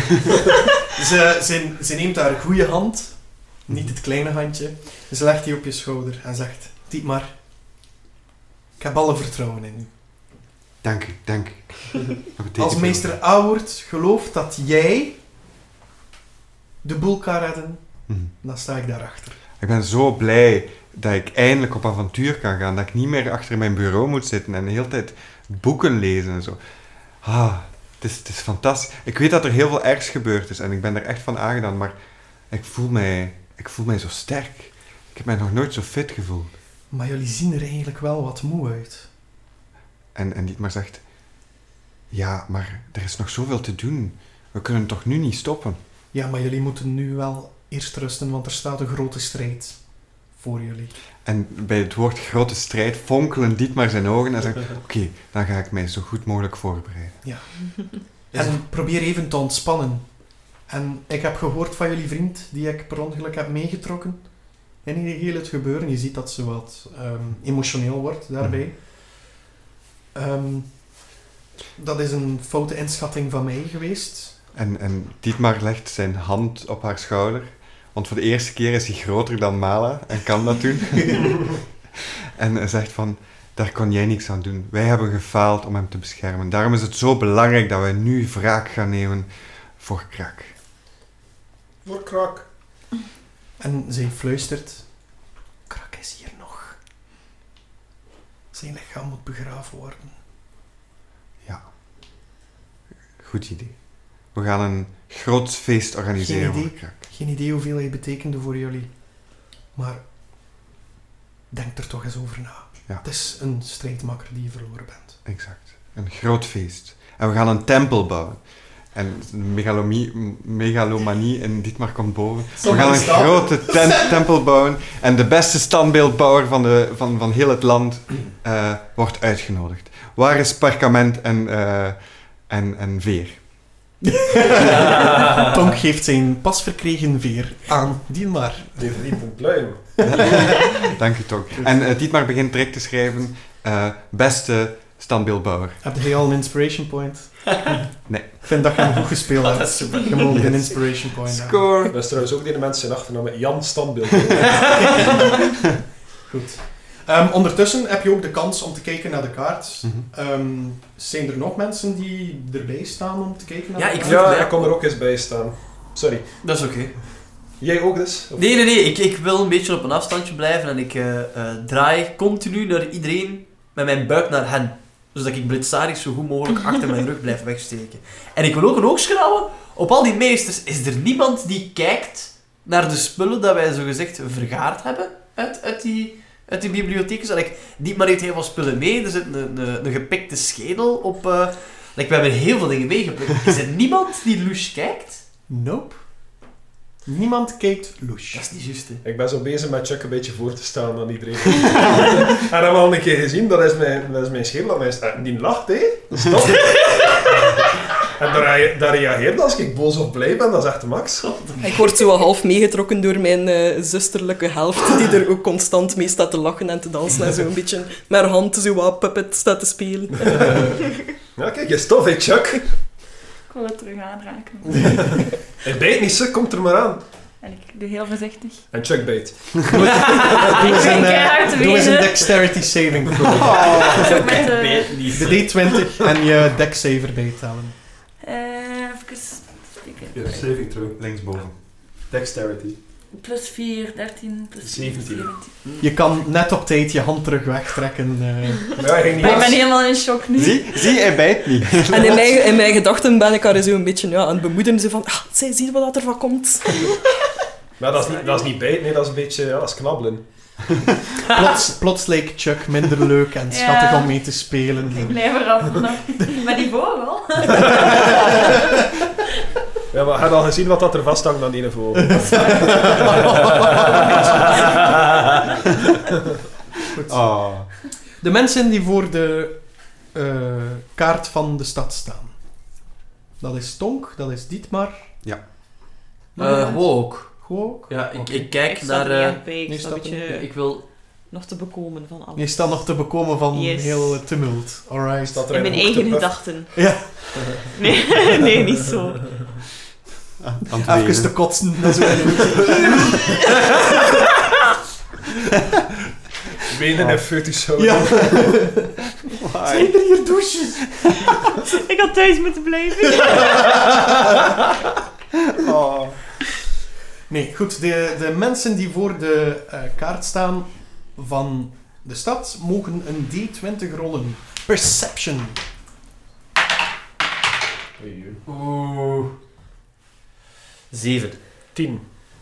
Ze neemt haar goede hand, niet het kleine handje. Ze legt die op je schouder en zegt: Dietmar, ik heb alle vertrouwen in u. Dank u. Dat betekent Als heel meester veel. Auwert gelooft dat jij de boel kan redden, Mhm. dan sta ik daarachter. Ik ben zo blij dat ik eindelijk op avontuur kan gaan. Dat ik niet meer achter mijn bureau moet zitten en de hele tijd boeken lezen en zo. Het is fantastisch. Ik weet dat er heel veel ergs gebeurd is en ik ben er echt van aangedaan, maar ik voel mij zo sterk. Ik heb mij nog nooit zo fit gevoeld. Maar jullie zien er eigenlijk wel wat moe uit. En Dietmar zegt, ja, maar er is nog zoveel te doen. We kunnen toch nu niet stoppen? Ja, maar jullie moeten nu wel eerst rusten, want er staat een grote strijd voor jullie. En bij het woord grote strijd fonkelen Dietmar zijn ogen en zegt, oké, dan ga ik mij zo goed mogelijk voorbereiden. Ja. En probeer even te ontspannen. En ik heb gehoord van jullie vriend, die ik per ongeluk heb meegetrokken in heel het gebeuren. Je ziet dat ze wat emotioneel wordt daarbij. Dat is een foute inschatting van mij geweest. En Dietmar legt zijn hand op haar schouder. Want voor de eerste keer is hij groter dan Mala en kan dat doen. En hij zegt van, daar kon jij niks aan doen. Wij hebben gefaald om hem te beschermen. Daarom is het zo belangrijk dat wij nu wraak gaan nemen voor Krak. Voor Krak. En zij fluistert. Krak is hier nog. Zijn lichaam moet begraven worden. Ja. Goed idee. We gaan een groot feest organiseren Geen idee. voor Krak. Geen idee hoeveel hij betekende voor jullie. Maar denk er toch eens over na. Ja. Het is een strijdmakker die je verloren bent. Exact. Een groot feest. En we gaan een tempel bouwen. En de megalomanie in Dietmar komt boven. We gaan een grote tempel bouwen. En de beste standbeeldbouwer van heel het land wordt uitgenodigd. Waar is perkament en veer? Tonk geeft zijn pas verkregen veer aan Dietmar. Die verdient een pluim. Dank u, Tonk. En Dietmar begint direct te schrijven. Beste standbeeldbouwer. Heb jij al een inspiration point? Nee. Ik vind dat je hem goed gespeeld Dat hebt. is super. Je mag een inspiration point hebben. Score! Dat is trouwens ook die mensen achternaam met Jan Standbeeld. Goed. Ondertussen heb je ook de kans om te kijken naar de kaart. Zijn er nog mensen die erbij staan om te kijken naar Ja, de ik kaart? vind- Ja, ik kon er ook eens bij staan. Sorry. Dat is oké. Jij ook dus? Of- Nee. Ik wil een beetje op een afstandje blijven en ik draai continu naar iedereen met mijn buik naar hen. Zodat ik Blitzaris zo goed mogelijk achter mijn rug blijf wegsteken. En ik wil ook een oogje houden op al die meesters. Is er niemand die kijkt naar de spullen dat wij zogezegd vergaard hebben uit die bibliotheek? Dus, Dietmar heeft heel veel spullen mee. Er zit een gepikte schedel op. We hebben heel veel dingen meegeplukt. Is er niemand die louche kijkt? Nope. Niemand kijkt louche. Dat is niet juist, hè. Ik ben zo bezig met Chuck een beetje voor te staan aan iedereen. En dan al een keer gezien, dat is mijn schedel aan mij. Die lacht, hé. Stop. En daar reageert als ik boos of blij ben, dat is echt de max. Ik word zo wel half meegetrokken door mijn zusterlijke helft, die er ook constant mee staat te lachen en te dansen en zo een beetje met haar hand zo wat puppet staat te spelen. Ja, kijk, je stof, hé, Chuck. Ik wil het terug aanraken. Hij bijt niet, ze komt er maar aan. En ik doe heel voorzichtig. En Chuck bijt. Doe eens een, keihard te doe eens een wenen. dexterity saving throw. Zo met De D20 en je dex save erbij tellen. even spieken. saving throw. Linksboven. Dexterity. Plus 4, 13, plus 17. 17. Je kan net op tijd je hand terug wegtrekken. Maar ja, hij ging niet Maar ik ben af. helemaal in shock nu. Zie, hij bijt niet. En in mijn gedachten ben ik haar zo een beetje aan het bemoedigen. Zo van, zij ziet wat er van komt. Maar dat is niet bijt, nee, dat is een beetje, ja, dat is knabbelen. Plots leek Chuck minder leuk en schattig om mee te spelen. Ik blijf eraf. Maar die vogel? Ja, maar heb je al gezien wat dat er vasthangt aan die vogel? Goed. Oh. De mensen die voor de kaart van de stad staan. Dat is Tonk, dat is Dietmar. Ook. Gewoon ook. Ja, Oké. ik kijk Ik sta er niet naar... echt bij. Ik nee, sta een staat er beetje ik wil... nog te bekomen van alles. Je staat nog te bekomen van Yes. heel het tumult. Alright. Staat er In mijn een hoek te eigen puffen. gedachten. Ja. Nee, niet zo. Aan het Even te wenen. kotsen. Dat is wel Benen en foetus houden. Ja. Zijn er hier douches? Ik had thuis moeten blijven. Oh. Nee, goed. De mensen die voor de kaart staan van de stad mogen een D20 rollen. Perception. Oeh. 7. 10.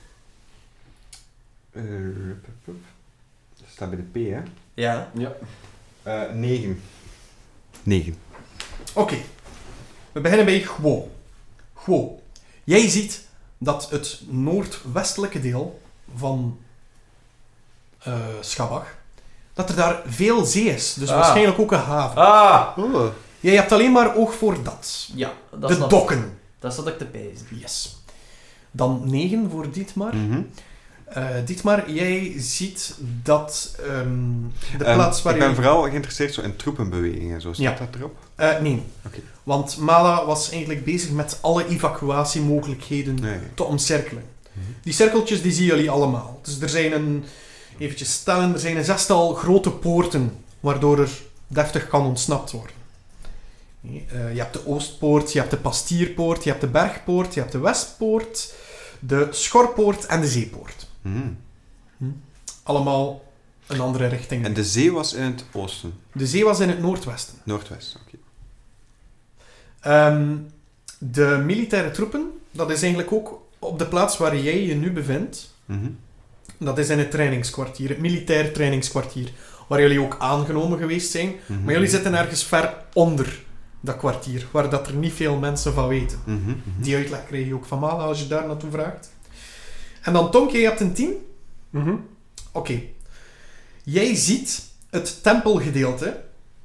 Dat staat bij de P, hè? Ja. 9. 9. Oké. We beginnen bij Gwo. Gwo. Jij ziet dat het noordwestelijke deel van Schabach, dat er daar veel zee is. Dus waarschijnlijk ook een haven. Oh. Jij hebt alleen maar oog voor dat. Ja, dat De snap dokken. Dat zat ik te pijzen. Yes. Dan 9 voor Dietmar. Mhm. Dietmar, jij ziet dat de plaats waar ik ben je... vooral geïnteresseerd zo in troepenbewegingen. Zo staat dat erop? Nee. Oké. Want Mala was eigenlijk bezig met alle evacuatiemogelijkheden te omcirkelen. Die cirkeltjes die zien jullie allemaal. Dus er zijn eventjes stellen, er zijn een 6-tal grote poorten waardoor er deftig kan ontsnapt worden. Je hebt de Oostpoort, je hebt de Pastierpoort, je hebt de Bergpoort, je hebt de Westpoort, de Schorpoort en de Zeepoort. Allemaal een andere richting. En de zee was in het oosten? De zee was in het noordwesten. Noordwesten, oké. De militaire troepen, dat is eigenlijk ook op de plaats waar jij je nu bevindt. Dat is in het trainingskwartier, het militair trainingskwartier, waar jullie ook aangenomen geweest zijn. Maar jullie zitten ergens ver onder dat kwartier, waar dat er niet veel mensen van weten. Die uitleg krijg je ook van Mala als je daar naartoe vraagt. En dan Tonk, jij hebt een 10? Oké. Jij ziet het tempelgedeelte.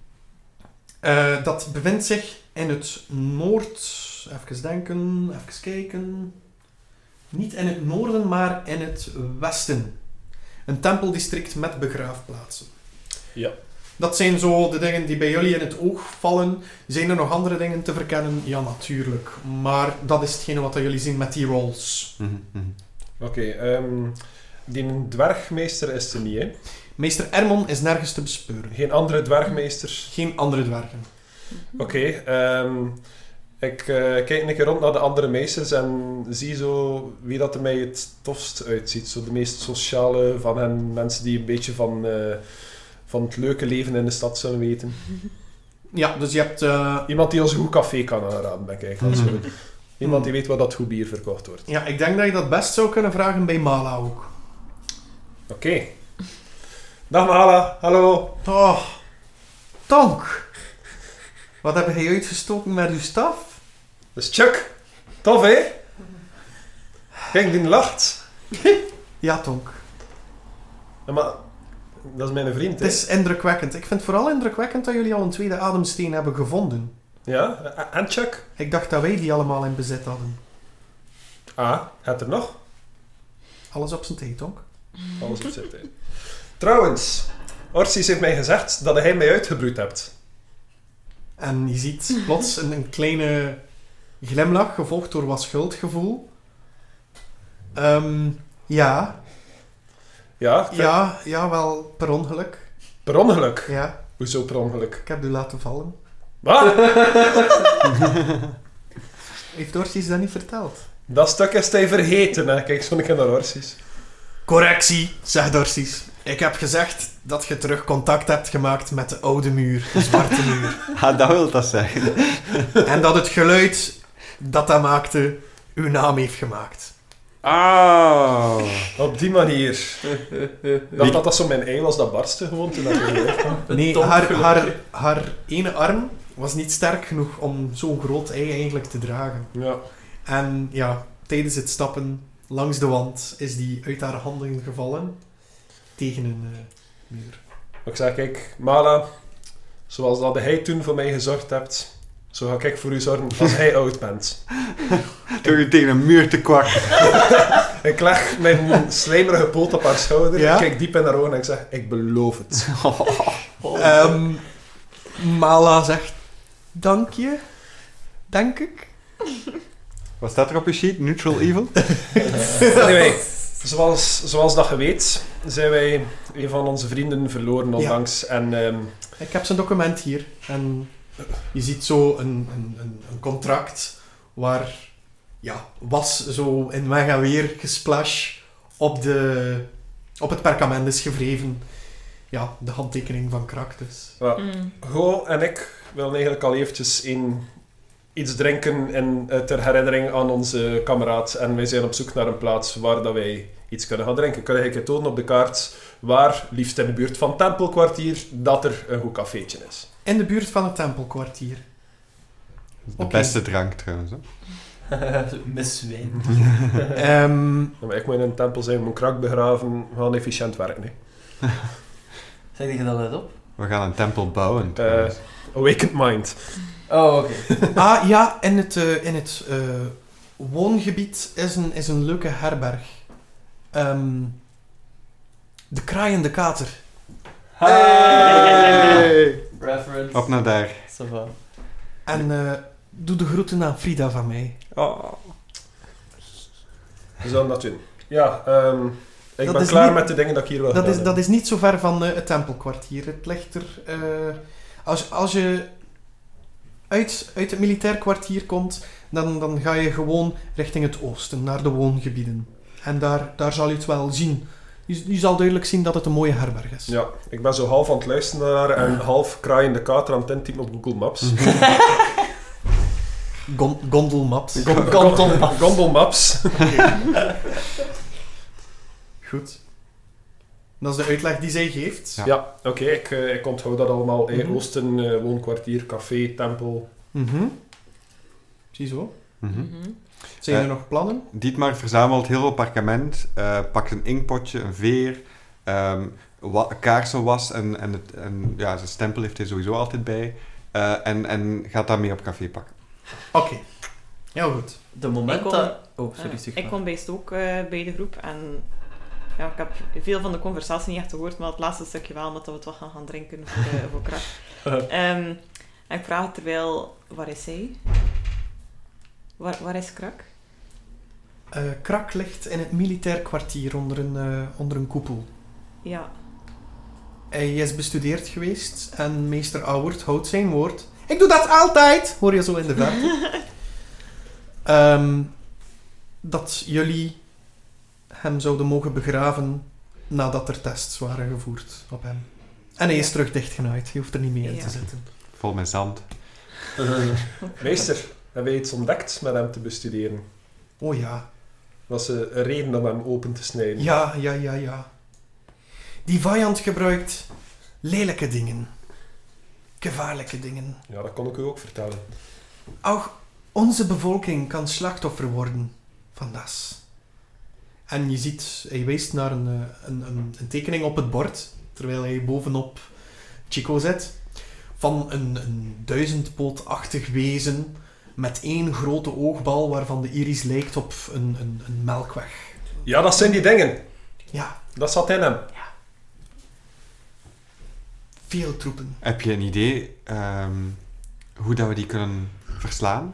Dat bevindt zich in het noord... Even denken, even kijken... Niet in het noorden, maar in het westen. Een tempeldistrict met begraafplaatsen. Ja. Dat zijn zo de dingen die bij jullie in het oog vallen. Zijn er nog andere dingen te verkennen? Ja, natuurlijk. Maar dat is hetgene wat jullie zien met die rolls. Oké, die dwergmeester is er niet, hè? Meester Ermon is nergens te bespeuren. Geen andere dwergmeesters? Geen andere dwergen. Oké, ik kijk een keer rond naar de andere meesters en zie zo wie dat er mij het tofst uitziet. Zo de meest sociale van hen, mensen die een beetje van het leuke leven in de stad zullen weten. Ja, dus je hebt... Iemand die ons een goed café kan aanraden, ben ik eigenlijk. Iemand die weet waar dat goed bier verkocht wordt. Ja, ik denk dat je dat best zou kunnen vragen bij Mala ook. Oké. Dag Mala, hallo. Oh, Tonk. Wat heb jij uitgestoken met uw staf? Dat is Chuck. Tof, hè? Kijk, die lacht. Ja, Tonk. Ja, maar dat is mijn vriend, hè? Het is indrukwekkend. Ik vind het vooral indrukwekkend dat jullie al een tweede ademsteen hebben gevonden. Ja, en Chuck? Ik dacht dat wij die allemaal in bezit hadden. Ah, het er nog? Alles op zijn tijd, Tonk. Alles op zijn tijd. Trouwens, Orsies heeft mij gezegd dat hij mij uitgebroed hebt. En je ziet plots een kleine glimlach, gevolgd door wat schuldgevoel. Ja. Ja, wel per ongeluk. Per ongeluk? Ja. Hoezo per ongeluk? Ik heb u laten vallen. Wat? Heeft Orsies dat niet verteld? Dat stuk is hij vergeten, hè. Kijk zo een keer naar Orsies. Correctie, zegt Orsies. Ik heb gezegd dat je terug contact hebt gemaakt met de oude muur, de zwarte muur. Dat wil dat zeggen. En dat het geluid dat maakte, uw naam heeft gemaakt. Oh. Op die manier. Ik dacht dat zo mijn ei was dat barstte gewoon toen dat ik Nee, haar ene arm was niet sterk genoeg om zo'n groot ei eigenlijk te dragen. Ja. En ja, tijdens het stappen langs de wand is die uit haar handen gevallen tegen een muur. Ik zeg, kijk, Mala, zoals dat hij toen voor mij gezorgd hebt, zo ga ik voor u zorgen als hij oud bent. Door je tegen een muur te kwakken. Ik leg mijn slijmerige poot op haar schouder, Ja? ik kijk diep in haar ogen en ik zeg, ik beloof het. Mala zegt, dank je, denk ik. Wat staat er op je sheet? Neutral evil? Anyway, zoals dat je weet, zijn wij een van onze vrienden verloren onlangs. Ja. En, ik heb zijn document hier. En je ziet zo een contract waar was zo in weg en weer gesplash op het perkament is gewreven. Ja, de handtekening van Kractus. Ja. Go en ik willen eigenlijk al eventjes iets drinken ter herinnering aan onze kameraad. En wij zijn op zoek naar een plaats waar dat wij iets kunnen gaan drinken. Kun je een keer tonen op de kaart waar, liefst in de buurt van het Tempelkwartier, dat er een goed cafeetje is. In de buurt van het Tempelkwartier. De beste drank trouwens. Mis wijn. Maar ik moet in een tempel zijn, moet krak begraven, we gaan efficiënt werken. Hè. Zeg je dat net op? We gaan een tempel bouwen. Awakened Mind. Oh, oké. Ja, in het woongebied is een leuke herberg. De kraaiende kater. Hey! Reference. Op naar daar. Ça va. En doe de groeten aan Frida van mij. Oh. We zullen dat doen. Ja, ik Dat ben is klaar niet- met de dingen dat ik hier wil gedaan Dat is niet zo ver van het Tempelkwartier. Het ligt er... als je uit het militair kwartier komt, dan ga je gewoon richting het oosten, naar de woongebieden. En daar zal je het wel zien. Je zal duidelijk zien dat het een mooie herberg is. Ja, ik ben zo half aan het luisteren naar en half kraaiende kater aan het intypen op Google Maps. Gondelmaps. Gondel Maps. Goed. Dat is de uitleg die zij geeft. Ja. Ja, oké, ik onthoud dat allemaal. Mhm. Oosten, woonkwartier, café, tempel. Mhm. Ziezo. Mhm. Zijn er nog plannen? Dietmar verzamelt heel veel parkement, pakt een inkpotje, een veer, kaarsenwas en zijn stempel heeft hij sowieso altijd bij. En gaat daarmee op café pakken. Oké. Heel goed. De moment Ik kom- dat... Oh, sorry, zeg Ik maar. kom bijst ook bij de groep en ja, ik heb veel van de conversatie niet echt gehoord, maar het laatste stukje wel, omdat we het wat gaan drinken voor kracht. En ik vraag terwijl, waar is hij? Waar is Krak? Krak ligt in het militair kwartier onder een koepel. Ja. Hij is bestudeerd geweest en meester Auwert houdt zijn woord. Ik doe dat altijd! Hoor je zo in de verte. Dat jullie hem zouden mogen begraven nadat er tests waren gevoerd op hem. En hij is terug dichtgenaaid. Je hoeft er niet meer in Ja. te zitten. Vol met zand. Meester, hebben wij iets ontdekt met hem te bestuderen? Oh ja. Was een reden om hem open te snijden? Ja. Die vijand gebruikt lelijke dingen. Gevaarlijke dingen. Ja, dat kon ik u ook vertellen. Ook onze bevolking kan slachtoffer worden van dat. En je ziet, hij wijst naar een tekening op het bord, terwijl hij bovenop Chico zit, van een duizendpootachtig wezen met één grote oogbal waarvan de iris lijkt op een melkweg. Ja, dat zijn die dingen. Ja, Dat zat in hem. veel troepen. Heb je een idee hoe dat we die kunnen verslaan?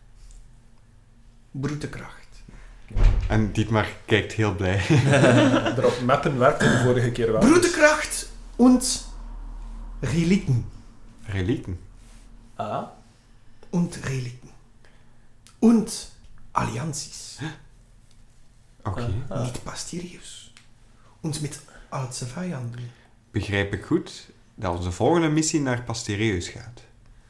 Brute kracht. En Dietmar kijkt heel blij. Erop mappen werkte de vorige keer wel. Brute kracht und Reliken. Relieken. Ah. Und Reliken. Und Allianties. Oké. Niet Pastirius. Und mit alte vijanden. Begrijp ik goed dat onze volgende missie naar Pastireus gaat?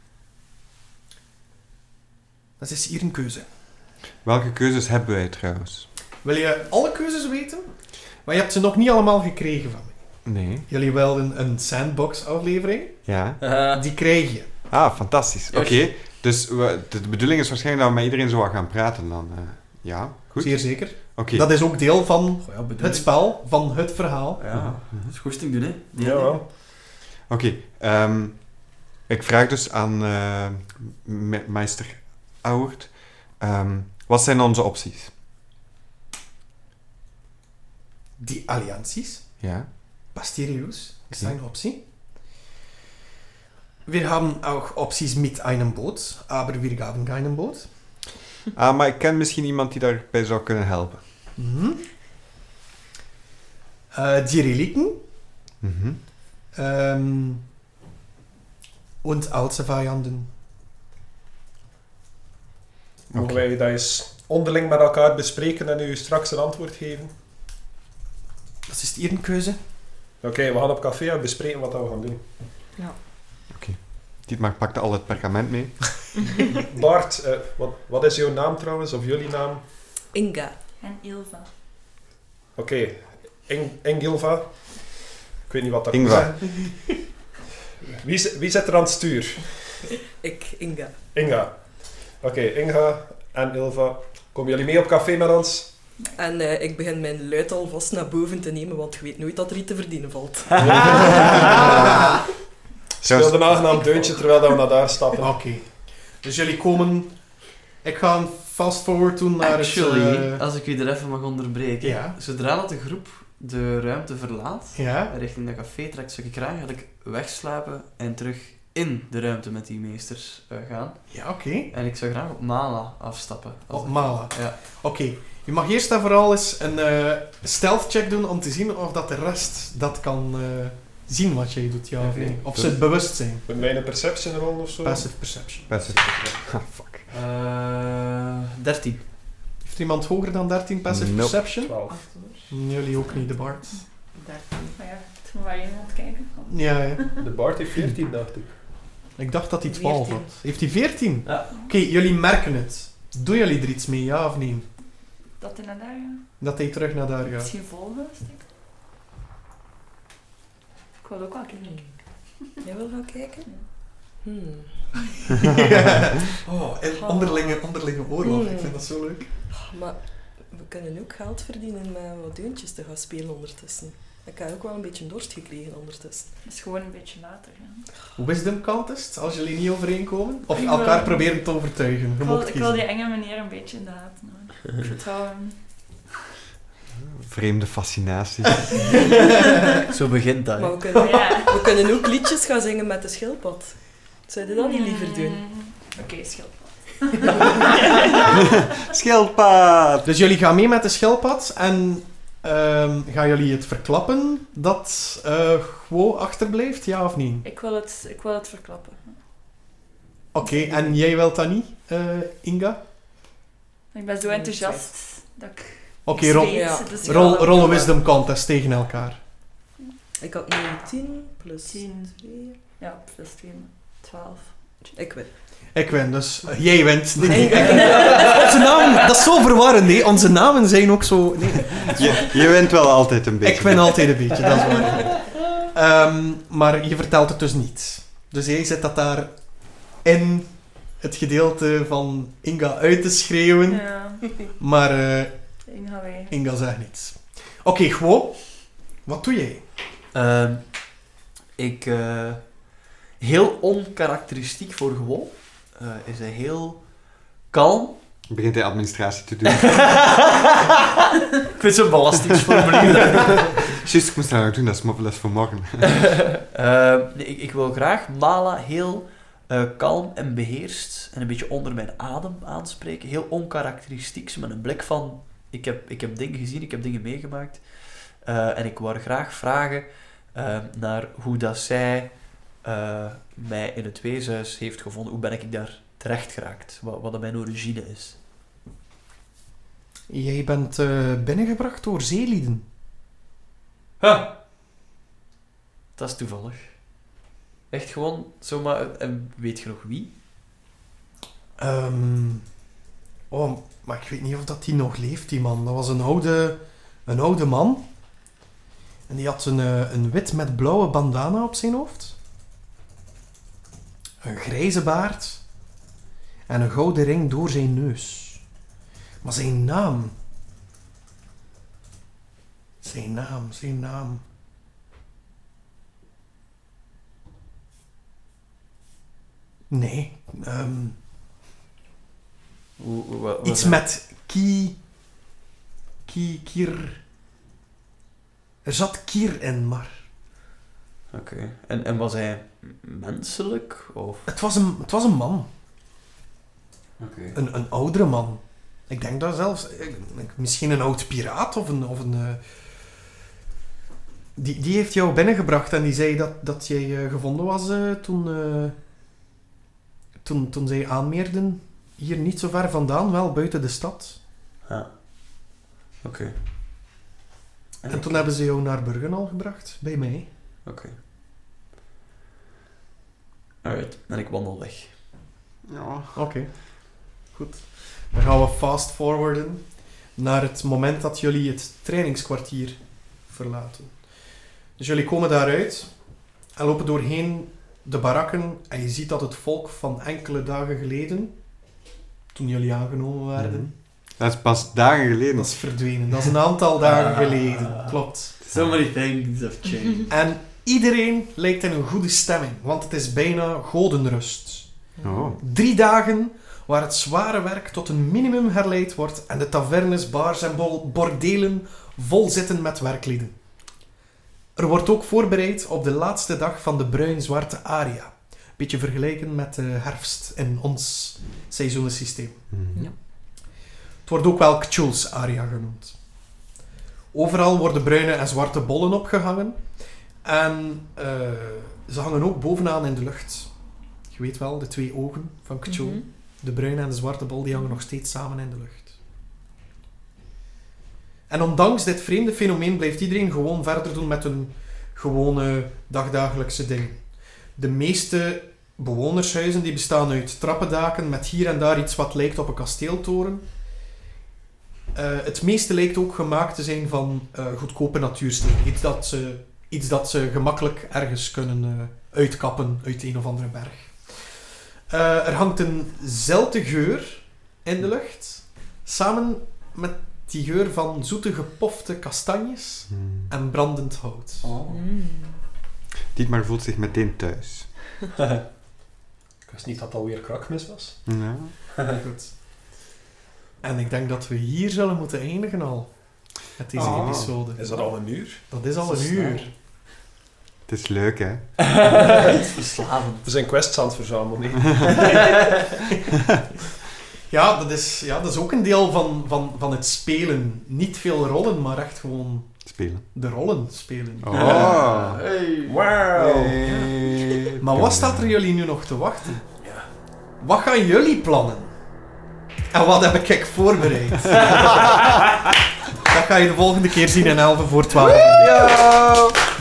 Dat is hier een keuze. Welke keuzes hebben wij trouwens? Wil je alle keuzes weten? Maar je hebt ze nog niet allemaal gekregen van me. Nee. Jullie wel een sandbox-aflevering? Ja. Die krijg je. Ah, fantastisch. Oké. Yes. Dus de bedoeling is waarschijnlijk dat we met iedereen zo wat gaan praten dan. Ja, goed. Zeer zeker. Oké. Dat is ook deel van Goh, ja, bedoel het ik. spel, van het verhaal. Ja, dat is goesting doen, hè. Ja, wel. Oké. Ik vraag dus aan meester Auwert. Wat zijn onze opties? Die allianties, Ja. Pastirius, ist Okay. eine Optie. Wir haben auch Opties mit einem Boot, aber wir haben keinen Boot. Ah, maar ik ken misschien iemand die daarbij zou kunnen helpen. Mhm. Die Reliken Mhm. und alte vijanden. Mogen Oké. wij dat eens onderling met elkaar bespreken en u straks een antwoord geven? Dat is hier een keuze. Oké, we gaan op café en bespreken wat we gaan doen. Dietmar pakte al het perkament mee. Bart, wat is jouw naam trouwens, of jullie naam? Inga. En Ilva. Oké, Ingilva. Ik weet niet wat dat Ingva. wil zeggen. Wie zit er aan het stuur? Ik, Inga. Inga. Oké, Inga en Ilva. Komen jullie mee op café met ons? En ik begin mijn luid alvast naar boven te nemen, want je weet nooit dat er iets te verdienen valt. Speel een aangenaam deuntje terwijl dat we naar daar stappen. Oké. Dus jullie komen... Ik ga een fast forward toen naar het... Als ik u er even mag onderbreken. Ja. Zodra dat de groep de ruimte verlaat, Ja. richting dat café trekt, zou ik graag eigenlijk wegslapen en terug in de ruimte met die meesters gaan. Ja, oké. En ik zou graag op Mala afstappen. Op Mala. Ja. Oké. Je mag eerst en vooral eens een stealth check doen om te zien of dat de rest dat kan zien wat jij doet, ja of Oké. nee. Of ze het bewust zijn. Met mij een perception rol of zo? Passive perception. Fuck. 13. Heeft iemand hoger dan 13 passive Nope. perception? 12. Jullie ook niet, de Bard. 13. Maar ja, het moet maar iemand kijken. Ja, ja. De Bart heeft 14, dacht ik. Ik dacht dat hij 12 had. Heeft hij 14? Ja. Oké, jullie merken het. Doen jullie er iets mee, ja of nee? Dat in en daar gaan. Dat hij terug naar daar gaat. Misschien volgen. Ik wil ook wel kijken. Jij wil gaan kijken? Oh, en onderlinge oorlog. Ik vind dat zo leuk. Maar we kunnen ook geld verdienen met wat deuntjes te gaan spelen ondertussen. Ik heb ook wel een beetje dorst gekregen ondertussen. Dat is gewoon een beetje later. Ja. Wisdom contest, als jullie niet overeenkomen? Of elkaar proberen te overtuigen? Je mocht Ik wil die kiezen. enge meneer een beetje in de gaten houden. Ik vertrouw hem. Vreemde fascinatie. Zo begint dat. hè. Maar Ja. we kunnen ook liedjes gaan zingen met de schildpad. Zou je dat niet liever doen? Oké, schildpad. Schildpad! Dus jullie gaan mee met de schildpad en gaan jullie het verklappen dat Guo achterblijft, ja of nee? Ik wil het verklappen. Oké, en jij wilt dat niet, Inga? Ik ben zo enthousiast dat ik... Oké, ik rol, zweet, ja. dus ik wil dat rol een doen. wisdom contest tegen elkaar. Ik had 19 plus 10. 2. Ja, plus 2. 12. Ik win. Ik win, dus jij wint. Nee. Onze namen, dat is zo verwarrend, nee. Onze namen zijn ook zo... Nee. Je wint wel altijd een beetje. Ik win altijd een beetje, dat is waar. Maar je vertelt het dus niet. Dus jij zit dat daar in het gedeelte van Inga uit te schreeuwen, Ja, maar ik ga wij. Inga zegt niets. Oké, Guo, wat doe jij? Ik... heel onkarakteristiek voor gewoon. Is hij heel kalm. Begint hij administratie te doen. Ik vind zo'n belastingsformulier. Juist, ik moest dat nog doen, dat is mobiles voor morgen. Nee, ik wil graag Mala heel kalm en beheerst en een beetje onder mijn adem aanspreken. Heel onkarakteristiek, zo met een blik van ik heb dingen gezien, ik heb dingen meegemaakt. En ik wou graag vragen naar hoe dat zij mij in het weeshuis heeft gevonden. Hoe ben ik daar terecht geraakt? Wat mijn origine is. Jij bent binnengebracht door zeelieden. Dat is toevallig. Echt gewoon zomaar... En weet je nog wie? Oh, maar ik weet niet of dat die nog leeft, die man. Dat was een oude man. En die had een wit met blauwe bandana op zijn hoofd. Een grijze baard. En een gouden ring door zijn neus. Maar zijn naam... Zijn naam... Nee. Iets met kier... Er zat kier in, maar... Oké. En was hij menselijk? Of... Het was een man. Oké. Een oudere man. Ik denk dat zelfs... Misschien een oud piraat of een die heeft jou binnengebracht en die zei dat jij gevonden was toen zij aanmeerden. Hier niet zo ver vandaan, wel buiten de stad. Ja. Oké. En toen hebben ze jou naar Burgenal gebracht, bij mij. Oké. Alright. En ik wandel weg. Ja. Oké. Goed. Dan gaan we fast forwarden naar het moment dat jullie het trainingskwartier verlaten. Dus jullie komen daaruit en lopen doorheen de barakken en je ziet dat het volk van enkele dagen geleden, toen jullie aangenomen werden, Dat is pas dagen geleden. dat is verdwenen. Dat is een aantal dagen geleden. Klopt. So many things have changed. En iedereen lijkt in een goede stemming, want het is bijna godenrust. Oh. 3 dagen waar het zware werk tot een minimum herleid wordt en de tavernes, bars en bordelen vol zitten met werklieden. Er wordt ook voorbereid op de laatste dag van de bruin-zwarte aria. Beetje vergelijken met de herfst in ons seizoenensysteem. Mhm. Ja. Het wordt ook wel K'chuls aria genoemd. Overal worden bruine en zwarte bollen opgehangen. En ze hangen ook bovenaan in de lucht. Je weet wel, de 2 ogen van K'chul. Mhm. De bruine en de zwarte bol die hangen nog steeds samen in de lucht. En ondanks dit vreemde fenomeen blijft iedereen gewoon verder doen met hun gewone dagdagelijkse dingen. De meeste bewonershuizen die bestaan uit trappendaken met hier en daar iets wat lijkt op een kasteeltoren. Het meeste lijkt ook gemaakt te zijn van goedkope natuursteen. Iets dat ze gemakkelijk ergens kunnen uitkappen uit een of andere berg. Er hangt een zelte geur in de lucht, samen met die geur van zoete gepofte kastanjes en brandend hout. Dietmar voelt zich meteen thuis. Ik wist niet dat het alweer krakmis was. Ja. Goed. En ik denk dat we hier zullen moeten eindigen al. Met deze episode. Is dat al een uur? Dat is al een uur. Het is leuk, hè? Het is verslavend. We zijn quests aan het verzamelen. Nee? Ja, dat is ook een deel van het spelen. Niet veel rollen, maar echt gewoon Spelen. de rollen spelen. Oh. Hey. Wauw! Hey. Maar wat staat er jullie nu nog te wachten? Wat gaan jullie plannen? En wat heb ik voorbereid? Dat ga je de volgende keer zien in 11 voor 12. Ja!